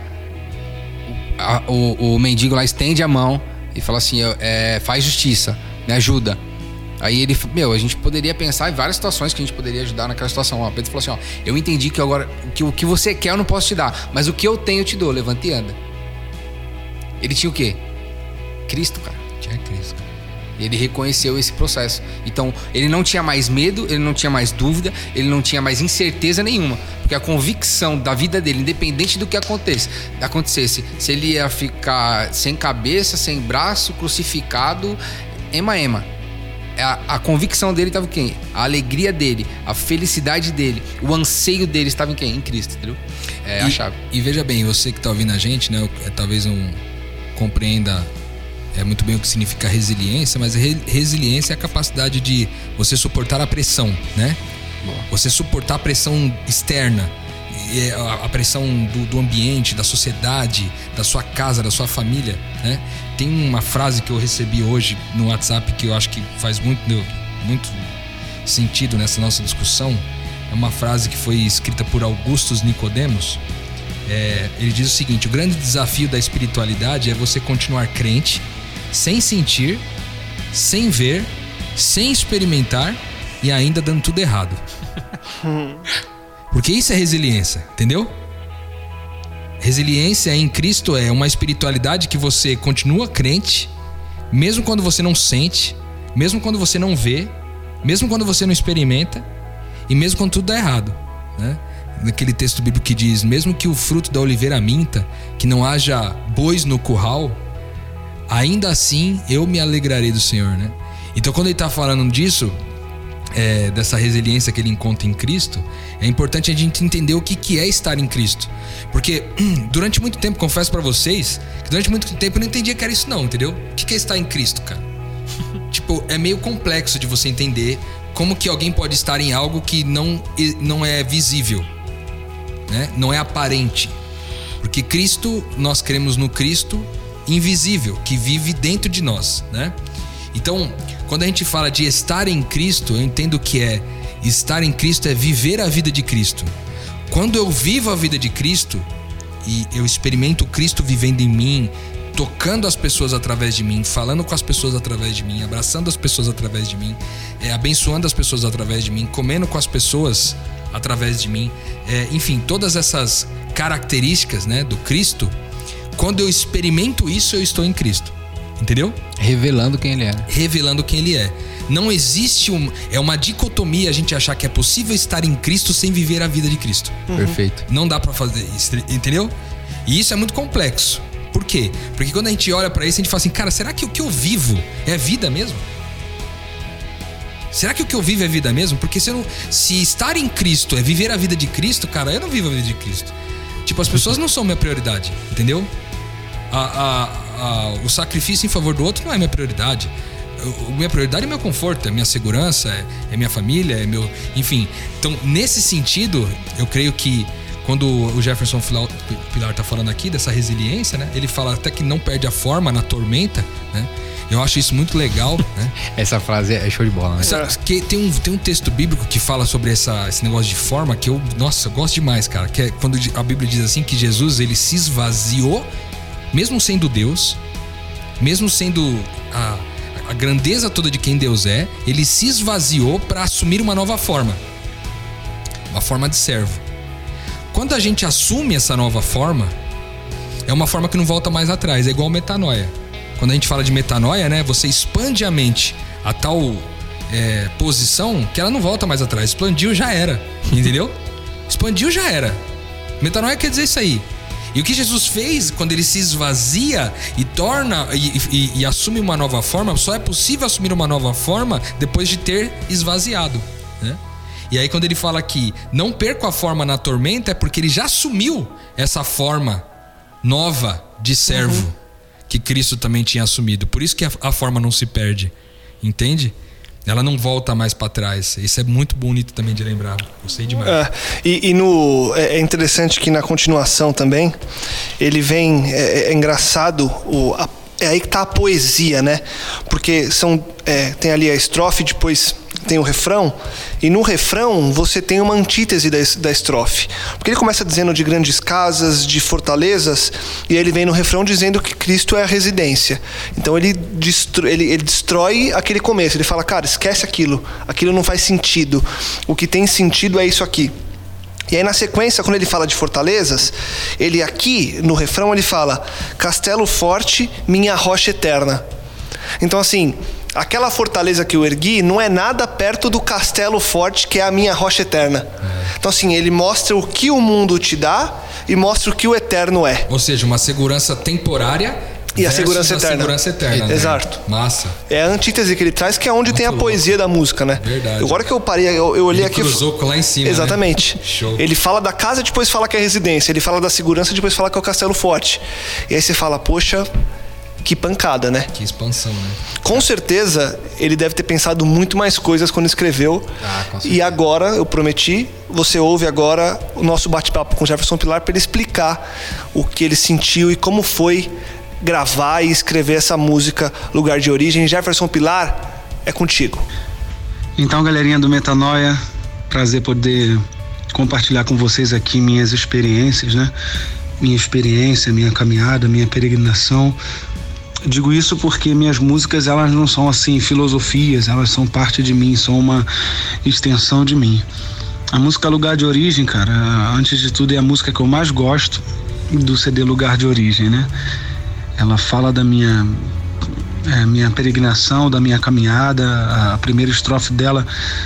o, a- o, o mendigo lá estende a mão e fala assim: é, faz justiça, me ajuda. Aí ele, meu, a gente poderia pensar em várias situações que a gente poderia ajudar naquela situação. Ó, Pedro falou assim: ó, eu entendi que agora o que, o que você quer eu não posso te dar, mas o que eu tenho eu te dou, levanta e anda. Ele tinha o quê? Cristo, cara. Tinha Cristo, cara. Ele reconheceu esse processo. Então, ele não tinha mais medo, ele não tinha mais dúvida, ele não tinha mais incerteza nenhuma. Porque a convicção da vida dele, independente do que acontecesse, acontecesse, se ele ia ficar sem cabeça, sem braço, crucificado, ema, ema. A, a convicção dele estava em quem? A alegria dele, a felicidade dele, o anseio dele estava em quem? Em Cristo, entendeu? É a e, chave. E veja bem, você que está ouvindo a gente, né, é, talvez não compreenda é, muito bem o que significa resiliência, mas re, resiliência é a capacidade de você suportar a pressão, né? Boa. Você suportar a pressão externa, e a, a pressão do, do ambiente, da sociedade, da sua casa, da sua família, né? Tem uma frase que eu recebi hoje no WhatsApp que eu acho que faz muito, muito sentido nessa nossa discussão. É uma frase que foi escrita por Augustus Nicodemos. É, ele diz o seguinte: o grande desafio da espiritualidade é você continuar crente, sem sentir, sem ver, sem experimentar e ainda dando tudo errado. Porque isso é resiliência, entendeu? Resiliência em Cristo é uma espiritualidade que você continua crente, mesmo quando você não sente, mesmo quando você não vê, mesmo quando você não experimenta e mesmo quando tudo dá errado, né? Naquele texto bíblico que diz: mesmo que o fruto da oliveira minta, que não haja bois no curral, ainda assim eu me alegrarei do Senhor, né? Então, quando ele está falando disso, é, dessa resiliência que ele encontra em Cristo, é importante a gente entender o que, que é estar em Cristo. Porque durante muito tempo, confesso pra vocês, que durante muito tempo eu não entendia que era isso não, entendeu? O que, que é estar em Cristo, cara? Tipo, é meio complexo de você entender como que alguém pode estar em algo que não, não é visível, né? Não é aparente. Porque Cristo, nós cremos no Cristo invisível, que vive dentro de nós, né? Então, quando a gente fala de estar em Cristo, eu entendo que é estar em Cristo é viver a vida de Cristo. Quando eu vivo a vida de Cristo e eu experimento Cristo vivendo em mim, tocando as pessoas através de mim, falando com as pessoas através de mim, abraçando as pessoas através de mim, é, abençoando as pessoas através de mim, comendo com as pessoas através de mim, é, enfim, todas essas características, né, do Cristo. Quando eu experimento isso, eu estou em Cristo, entendeu? Revelando quem ele é. Revelando quem ele é. Não existe um, é uma dicotomia a gente achar que é possível estar em Cristo sem viver a vida de Cristo. Uhum. Perfeito. Não dá pra fazer isso, entendeu? E isso é muito complexo. Por quê? Porque quando a gente olha pra isso, a gente fala assim, cara, será que o que eu vivo é vida mesmo? Será que o que eu vivo é vida mesmo? Porque se, eu não, se estar em Cristo é viver a vida de Cristo, cara, eu não vivo a vida de Cristo. Tipo, as pessoas não são minha prioridade, entendeu? A, a, a, o sacrifício em favor do outro não é minha prioridade. A minha prioridade é meu conforto, é minha segurança, é, é minha família, é meu... Enfim, então, nesse sentido, eu creio que quando o Jefferson Pilar tá falando aqui dessa resiliência, né? Ele fala até que não perde a forma na tormenta, né? Eu acho isso muito legal, né? Essa frase é show de bola, né? Sabe, que tem, um, tem um texto bíblico que fala sobre essa, esse negócio de forma que eu, nossa, eu gosto demais, cara. Que é quando a Bíblia diz assim que Jesus, ele se esvaziou, mesmo sendo Deus, mesmo sendo a, a grandeza toda de quem Deus é, ele se esvaziou para assumir uma nova forma. Uma forma de servo. Quando a gente assume essa nova forma, é uma forma que não volta mais atrás, é igual metanoia. Quando a gente fala de metanoia, né, você expande a mente a tal é, posição que ela não volta mais atrás. Expandiu, já era, entendeu? Expandiu, já era. Metanoia quer dizer isso aí. E o que Jesus fez quando ele se esvazia e torna e, e, e assume uma nova forma, só é possível assumir uma nova forma depois de ter esvaziado, né? E aí quando ele fala que não perco a forma na tormenta, é porque ele já assumiu essa forma nova de servo, uhum, que Cristo também tinha assumido. Por isso que a, a forma não se perde, entende? Ela não volta mais para trás. Isso é muito bonito também de lembrar. Gostei demais. É, e, e no, é interessante que na continuação também, ele vem... É, é engraçado, o, a, é aí que tá a poesia, né? Porque são, é, tem ali a estrofe, depois tem o refrão, e no refrão você tem uma antítese da, da estrofe. Porque ele começa dizendo de grandes casas, de fortalezas, e aí ele vem no refrão dizendo que Cristo é a residência. Então ele destrói, ele, ele destrói aquele começo. Ele fala, cara, esquece aquilo, aquilo não faz sentido. O que tem sentido é isso aqui. E aí na sequência, quando ele fala de fortalezas, ele aqui, no refrão, ele fala, castelo forte, minha rocha eterna. Então assim, aquela fortaleza que eu ergui não é nada perto do castelo forte que é a minha rocha eterna. Então assim, ele mostra o que o mundo te dá e mostra o que o eterno é. Ou seja, uma segurança temporária e a segurança eterna. segurança eterna, né? Exato. Massa. É a antítese que ele traz, que é onde muito tem a louco. Poesia da música, né? Verdade. Agora que eu parei, eu, eu olhei ele aqui... cruzou lá em cima, exatamente. Né? Show. Ele fala da casa, depois fala que é residência. Ele fala da segurança, depois fala que é o castelo forte. E aí você fala, poxa... Que pancada, né? Que expansão, né? Com certeza, ele deve ter pensado muito mais coisas quando escreveu. Ah, com certeza. E agora, eu prometi, você ouve agora o nosso bate-papo com o Jefferson Pilar para ele explicar o que ele sentiu e como foi gravar e escrever essa música Lugar de Origem. Jefferson Pilar, é contigo. Então, galerinha do Metanoia, prazer poder compartilhar com vocês aqui minhas experiências, né? Minha experiência, minha caminhada, minha peregrinação. Digo isso porque minhas músicas, elas não são assim filosofias, elas são parte de mim, são uma extensão de mim. A música Lugar de Origem, cara, antes de tudo é a música que eu mais gosto do C D Lugar de Origem, né? Ela fala da minha, é, minha peregrinação, da minha caminhada. A primeira estrofe dela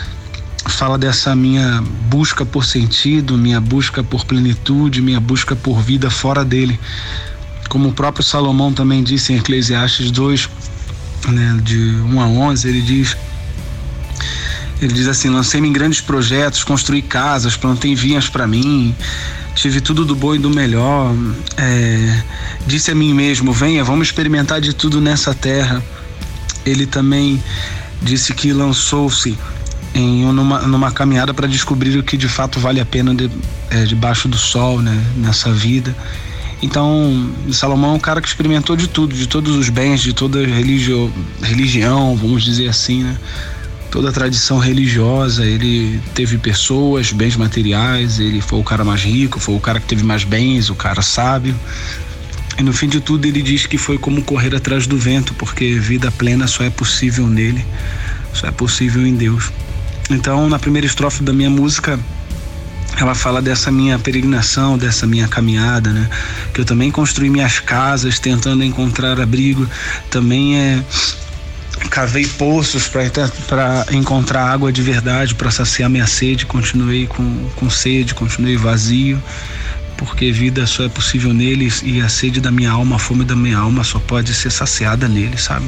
fala dessa minha busca por sentido, minha busca por plenitude, minha busca por vida fora dele. Como o próprio Salomão também disse em Eclesiastes dois, né, de um a onze, ele diz, ele diz assim, lancei-me em grandes projetos, construí casas, plantei vinhas para mim, tive tudo do bom e do melhor, é, disse a mim mesmo, venha, vamos experimentar de tudo nessa terra. Ele também disse que lançou-se em numa, numa caminhada para descobrir o que de fato vale a pena de, é, debaixo do sol, né, nessa vida. Então, Salomão é um cara que experimentou de tudo, de todos os bens, de toda religio, religião, vamos dizer assim, né? Toda a tradição religiosa. Ele teve pessoas, bens materiais, ele foi o cara mais rico, foi o cara que teve mais bens, o cara sábio. E no fim de tudo ele diz que foi como correr atrás do vento, porque vida plena só é possível nele, só é possível em Deus. Então, na primeira estrofe da minha música, ela fala dessa minha peregrinação, dessa minha caminhada, né? Que eu também construí minhas casas tentando encontrar abrigo, também é, cavei poços para encontrar água de verdade, para saciar minha sede, continuei com, com sede, continuei vazio, porque vida só é possível nele e a sede da minha alma, a fome da minha alma só pode ser saciada nele, sabe?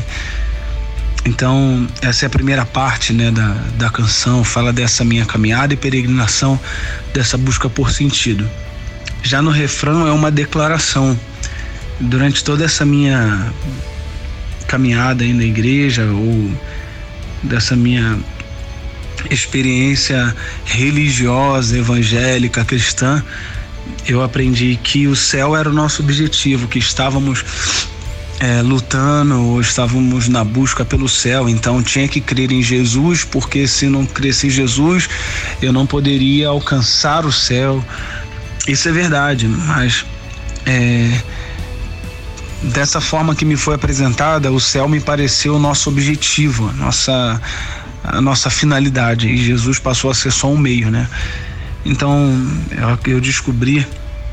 Então, essa é a primeira parte, né, da, da canção, fala dessa minha caminhada e peregrinação, dessa busca por sentido. Já no refrão é uma declaração. Durante toda essa minha caminhada aí na igreja, ou dessa minha experiência religiosa, evangélica, cristã, eu aprendi que o céu era o nosso objetivo, que estávamos É, lutando, ou estávamos na busca pelo céu. Então tinha que crer em Jesus, porque se não cresce em Jesus eu não poderia alcançar o céu. Isso é verdade, mas é, dessa forma que me foi apresentada, o céu me pareceu o nosso objetivo, a nossa, a nossa finalidade, e Jesus passou a ser só um meio, né? Então eu, eu descobri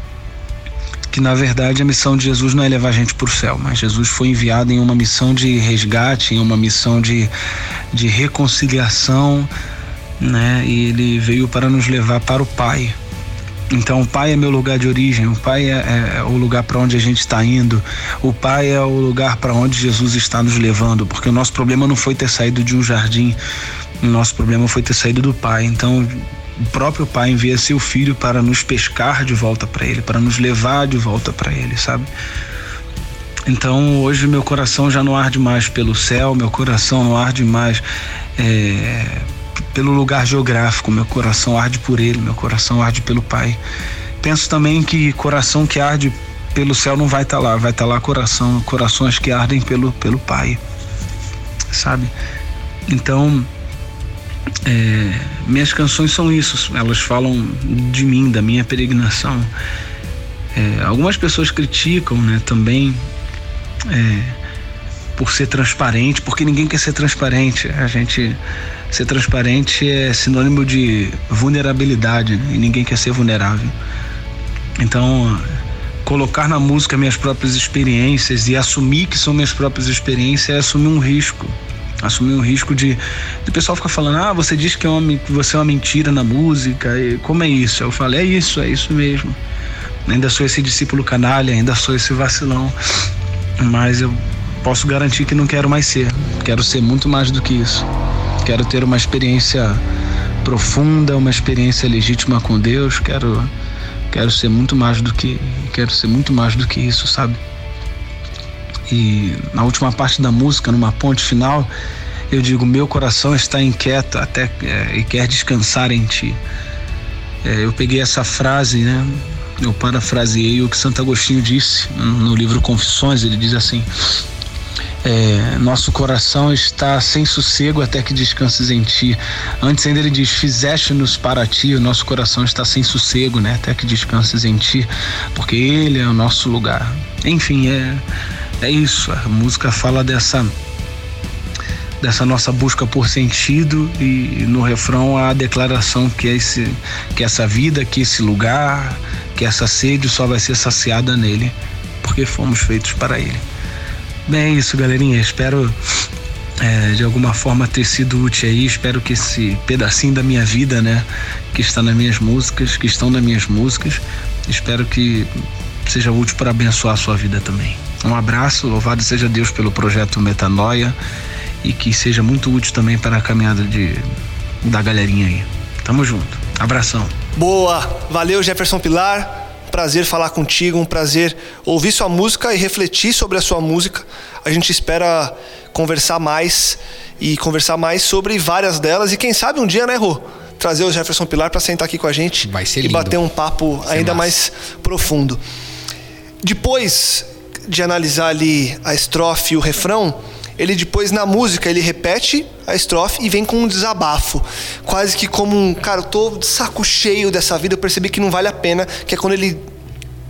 que na verdade a missão de Jesus não é levar a gente para o céu, mas Jesus foi enviado em uma missão de resgate, em uma missão de, de reconciliação, né? E ele veio para nos levar para o Pai. Então o Pai é meu lugar de origem, o Pai é, é o lugar para onde a gente está indo, o Pai é o lugar para onde Jesus está nos levando, porque o nosso problema não foi ter saído de um jardim, o nosso problema foi ter saído do Pai. Então o próprio Pai envia seu Filho para nos pescar de volta para Ele, para nos levar de volta para Ele, sabe? Então hoje meu coração já não arde mais pelo céu, meu coração não arde mais é, pelo lugar geográfico, meu coração arde por Ele, meu coração arde pelo Pai. Penso também que coração que arde pelo céu não vai estar lá, vai estar lá coração, corações que ardem pelo, pelo Pai, sabe? Então É, minhas canções são isso, elas falam de mim, da minha peregrinação. É, algumas pessoas criticam, né, também é, por ser transparente, porque ninguém quer ser transparente. A gente ser transparente é sinônimo de vulnerabilidade, né, e ninguém quer ser vulnerável. Então colocar na música minhas próprias experiências e assumir que são minhas próprias experiências é assumir um risco. Assumir um risco de, de o pessoal ficar falando, ah, você diz que, é uma, que você é uma mentira na música, e como é isso? Eu falei, é isso, é isso mesmo. Ainda sou esse discípulo canalha, ainda sou esse vacilão, mas eu posso garantir que não quero mais ser. Quero ser muito mais do que isso. Quero ter uma experiência profunda, uma experiência legítima com Deus. Quero, quero ser muito mais do que, quero ser muito mais do que isso, sabe? E na última parte da música, numa ponte final, eu digo, meu coração está inquieto até é, e quer descansar em ti. É, eu peguei essa frase, né? Eu parafraseei o que Santo Agostinho disse no livro Confissões. Ele diz assim, é, nosso coração está sem sossego até que descanses em ti. Antes ainda ele diz, fizeste-nos para ti, o nosso coração está sem sossego, né? Até que descanses em ti, porque ele é o nosso lugar. Enfim, é É isso, a música fala dessa, dessa nossa busca por sentido, e no refrão há a declaração que, é esse, que essa vida, que esse lugar, que essa sede só vai ser saciada nele, porque fomos feitos para ele. Bem, é isso, galerinha, espero é, de alguma forma ter sido útil aí, espero que esse pedacinho da minha vida, né, que está nas minhas músicas, que estão nas minhas músicas, espero que seja útil para abençoar a sua vida também. Um abraço, louvado seja Deus pelo projeto Metanoia, e que seja muito útil também para a caminhada de, da galerinha aí. Tamo junto, abração. Boa, valeu Jefferson Pilar, prazer falar contigo, um prazer ouvir sua música e refletir sobre a sua música. A gente espera conversar mais e conversar mais sobre várias delas, e quem sabe um dia, né, Rô, trazer o Jefferson Pilar para sentar aqui com a gente. Vai ser e lindo. Bater um papo ainda mais profundo. Depois de analisar ali a estrofe e o refrão, ele depois na música ele repete a estrofe e vem com um desabafo, quase que como um, cara, eu tô de saco cheio dessa vida, eu percebi que não vale a pena, que é quando ele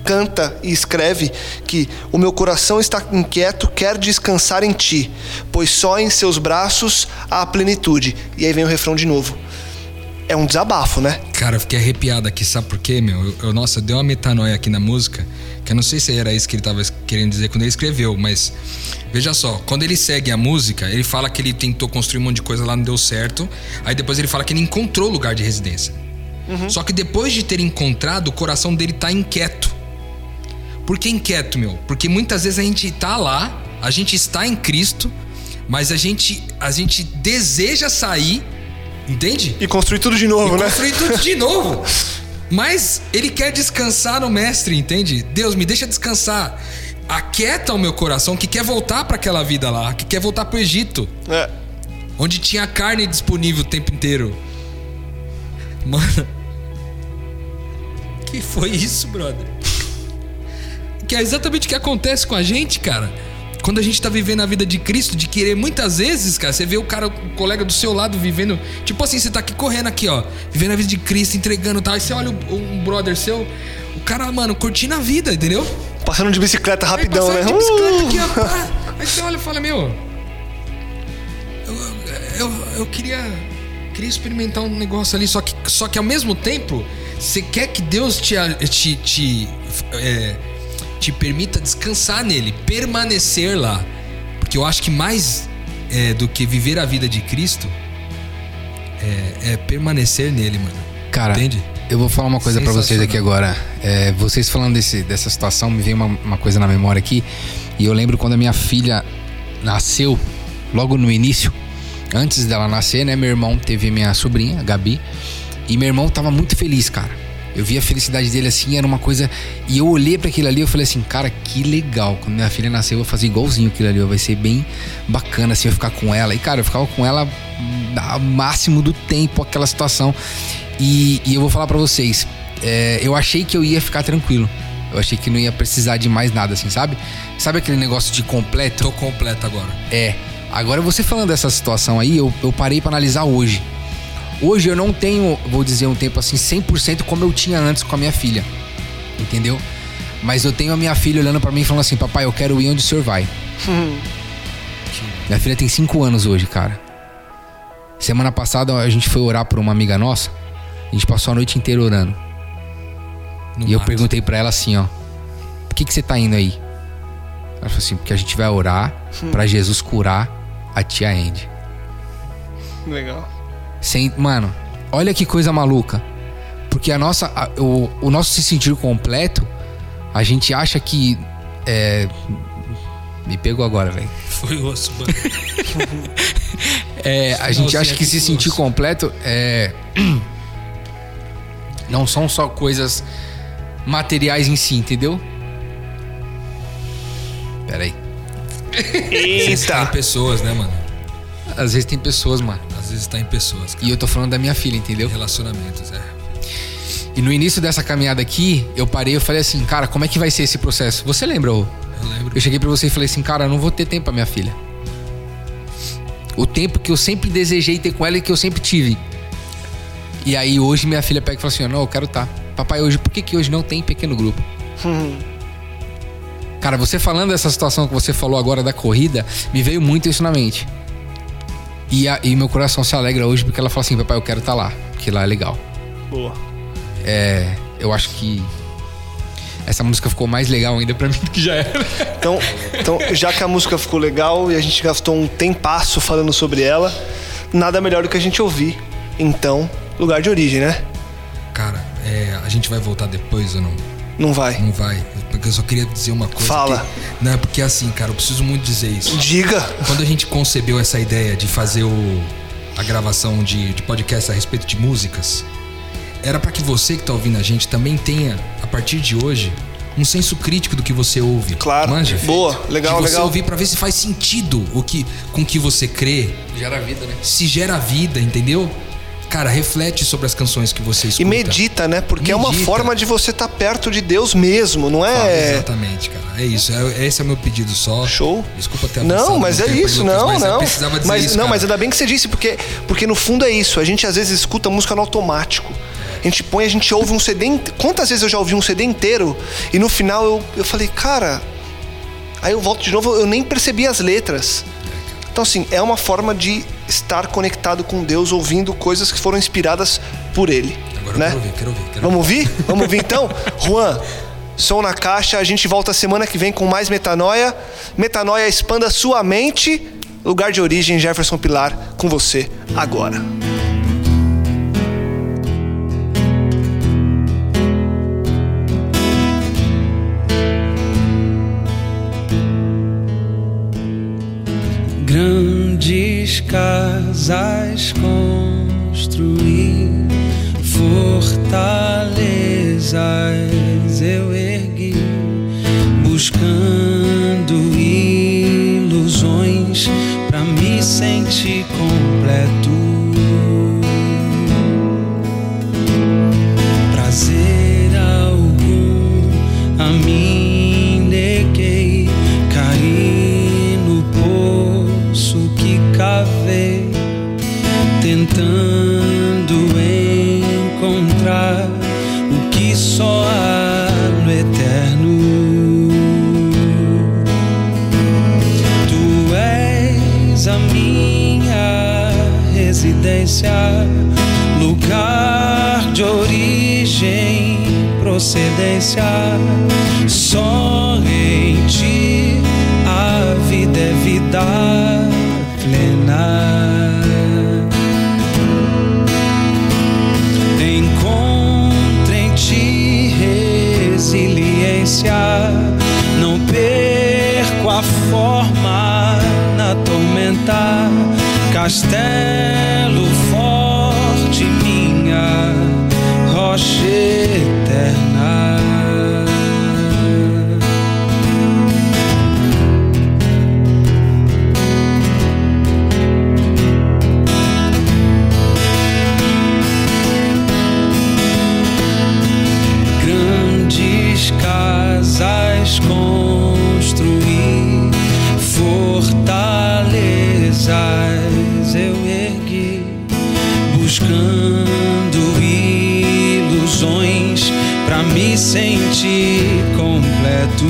canta e escreve que o meu coração está inquieto, quer descansar em ti, pois só em seus braços há plenitude. E aí vem o refrão de novo. É um desabafo, né? Cara, eu fiquei arrepiado aqui, sabe por quê, meu? Eu, eu, nossa, deu uma metanoia aqui na música, que eu não sei se era isso que ele tava querendo dizer quando ele escreveu, mas veja só, quando ele segue a música, ele fala que ele tentou construir um monte de coisa lá, não deu certo, aí depois ele fala que ele encontrou lugar de residência. Uhum. Só que depois de ter encontrado, o coração dele tá inquieto. Por que inquieto, meu? Porque muitas vezes a gente tá lá, a gente está em Cristo, mas a gente, a gente deseja sair, entende? E construir tudo de novo, e né? construir tudo de novo. Mas ele quer descansar no mestre, entende? Deus, me deixa descansar. Aquieta o meu coração que quer voltar para aquela vida lá, que quer voltar pro Egito. É. Onde tinha carne disponível o tempo inteiro. Mano, que foi isso, brother? Que é exatamente o que acontece com a gente, cara. Quando a gente tá vivendo a vida de Cristo, de querer muitas vezes, cara, você vê o cara, o colega do seu lado vivendo, tipo assim, você tá aqui correndo aqui, ó, vivendo a vida de Cristo, entregando e tal, aí você olha um brother seu, o cara, mano, curtindo a vida, entendeu? Passando de bicicleta rapidão, aí, né? de bicicleta aqui, ó, pá. Aí você olha e fala, meu, eu, eu, eu queria, queria experimentar um negócio ali, só que, só que ao mesmo tempo, você quer que Deus te, te, te é, te permita descansar nele, permanecer lá. Porque eu acho que mais é, do que viver a vida de Cristo é, é permanecer nele, mano. Cara, entende? Eu vou falar uma coisa pra vocês aqui agora. É, vocês falando desse, dessa situação, me veio uma, uma coisa na memória aqui. E eu lembro quando a minha filha nasceu, logo no início, antes dela nascer, né, meu irmão teve minha sobrinha, a Gabi. E meu irmão tava muito feliz, cara. Eu vi a felicidade dele assim, era uma coisa... E eu olhei pra aquilo ali, eu falei assim, cara, que legal. Quando minha filha nasceu, eu vou fazer igualzinho aquilo ali. Vai ser bem bacana, assim, eu ficar com ela. E, cara, eu ficava com ela ao máximo do tempo, aquela situação. E, e eu vou falar pra vocês, é, eu achei que eu ia ficar tranquilo. Eu achei que não ia precisar de mais nada, assim, sabe? Sabe aquele negócio de completo? Tô completo agora. É. Agora, você falando dessa situação aí, eu, eu parei pra analisar hoje. Hoje eu não tenho, vou dizer, um tempo assim cem por cento como eu tinha antes com a minha filha, entendeu? Mas eu tenho a minha filha olhando pra mim e falando assim, papai, eu quero ir onde o senhor vai. Hum. Minha filha tem cinco anos hoje, cara. Semana passada a gente foi orar por uma amiga nossa, a gente passou a noite inteira orando. No e eu mato. Perguntei pra ela assim, ó, por que que você tá indo aí? Ela falou assim, porque a gente vai orar hum. pra Jesus curar a tia Andy. Legal. Sem, mano, olha que coisa maluca. Porque a nossa, a, o, o nosso se sentir completo, a gente acha que é... Me pegou agora, velho. Foi osso, mano. é, a gente acha que se sentir completo é... não são só coisas materiais em si, entendeu? Pera aí. Eita! Tem pessoas, né, mano? Às vezes tem pessoas, mano. Às vezes tá em pessoas, cara. E eu tô falando da minha filha, entendeu? Relacionamentos, é. E no início dessa caminhada aqui, eu parei e falei assim, cara, como é que vai ser esse processo? Você lembra, ô? Eu lembro. Eu cheguei pra você e falei assim, cara, eu não vou ter tempo pra minha filha. O tempo que eu sempre desejei ter com ela e que eu sempre tive. E aí hoje minha filha pega e fala assim, não, eu quero tá. Papai, hoje, por que que hoje não tem pequeno grupo? Hum. Cara, você falando dessa situação que você falou agora da corrida, me veio muito isso na mente. E, a, e meu coração se alegra hoje porque ela fala assim, papai, eu quero estar lá, porque lá é legal. Boa. É, eu acho que essa música ficou mais legal ainda pra mim do que já era. Então, então, já que a música ficou legal e a gente gastou um tempasso falando sobre ela, nada melhor do que a gente ouvir. Então, Lugar de Origem, né? Cara, é, a gente vai voltar depois ou não? Não vai. Não vai. Porque eu só queria dizer uma coisa. Fala. Que, não, é porque assim, cara, eu preciso muito dizer isso. Diga. Quando a gente concebeu essa ideia de fazer o, a gravação de, de podcast a respeito de músicas, era pra que você que tá ouvindo a gente também tenha, a partir de hoje, um senso crítico do que você ouve. Claro. Manja? Boa. Legal, de você legal. ouvir pra ver se faz sentido o que, com o que você crê. Gera vida, né? Se gera vida, entendeu? Cara, reflete sobre as canções que você escuta. E medita, né? Porque medita. É uma forma de você estar perto de Deus mesmo, não é? Ah, exatamente, cara. É isso. É, esse é o meu pedido só. Show. Desculpa ter Não, mas é isso, Lucas, não, mas não. Eu precisava dizer mas, isso, não, cara. mas ainda bem que você disse, porque, porque no fundo é isso. A gente às vezes escuta música no automático. a gente põe, a gente ouve um C D. Quantas vezes eu já ouvi um C D inteiro e no final eu, eu falei, cara... Aí eu volto de novo, eu nem percebi as letras. Então assim, é uma forma de estar conectado com Deus, ouvindo coisas que foram inspiradas por Ele. Agora né? eu quero ouvir, quero ouvir. Quero Vamos ouvir? Vamos ouvir então? Juan, som na caixa, a gente volta semana que vem com mais Metanoia. Metanoia, expanda sua mente. Lugar de origem, Jefferson Pilar, com você agora. Grandes casas construí, fortalezas eu ergui, buscando ilusões pra me sentir completo. Prazer algum a mim neguei, caí no poço que cavei, tentando encontrar o que só há no eterno. Tu és a minha residência, lugar de origem, procedência. Só em ti a vida é vida plena. Encontro em ti resiliência, não perco a forma na tormenta. Castelo forte, minha rocha eterna. Casas construí, fortalezas eu ergui, buscando ilusões pra me sentir completo.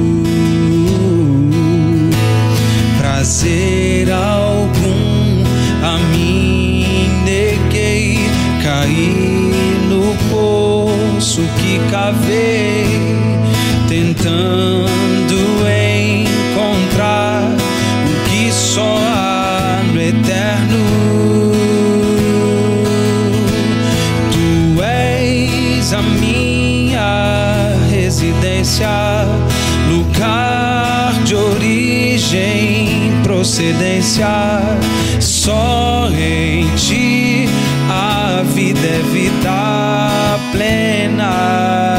Prazer algum a mim neguei, caí no poço que cavei, tentando encontrar o que só há no eterno. Tu és a minha residência, lugar de origem, procedência. Só em ti a vida é vida plena.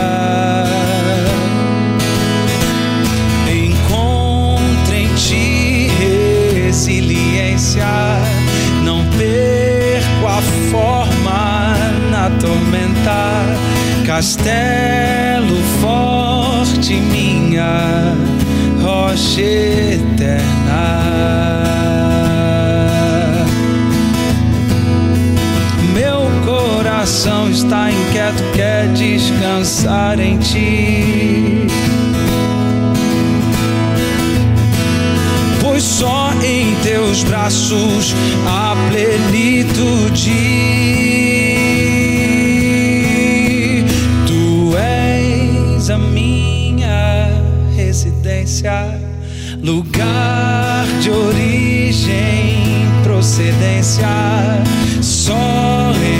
Não perco a forma na tormenta. Castelo forte, minha rocha eterna. Meu coração está inquieto, quer descansar em ti, pois só em teus braços há plenitude. Tu és a minha residência, lugar de origem, procedência. Só em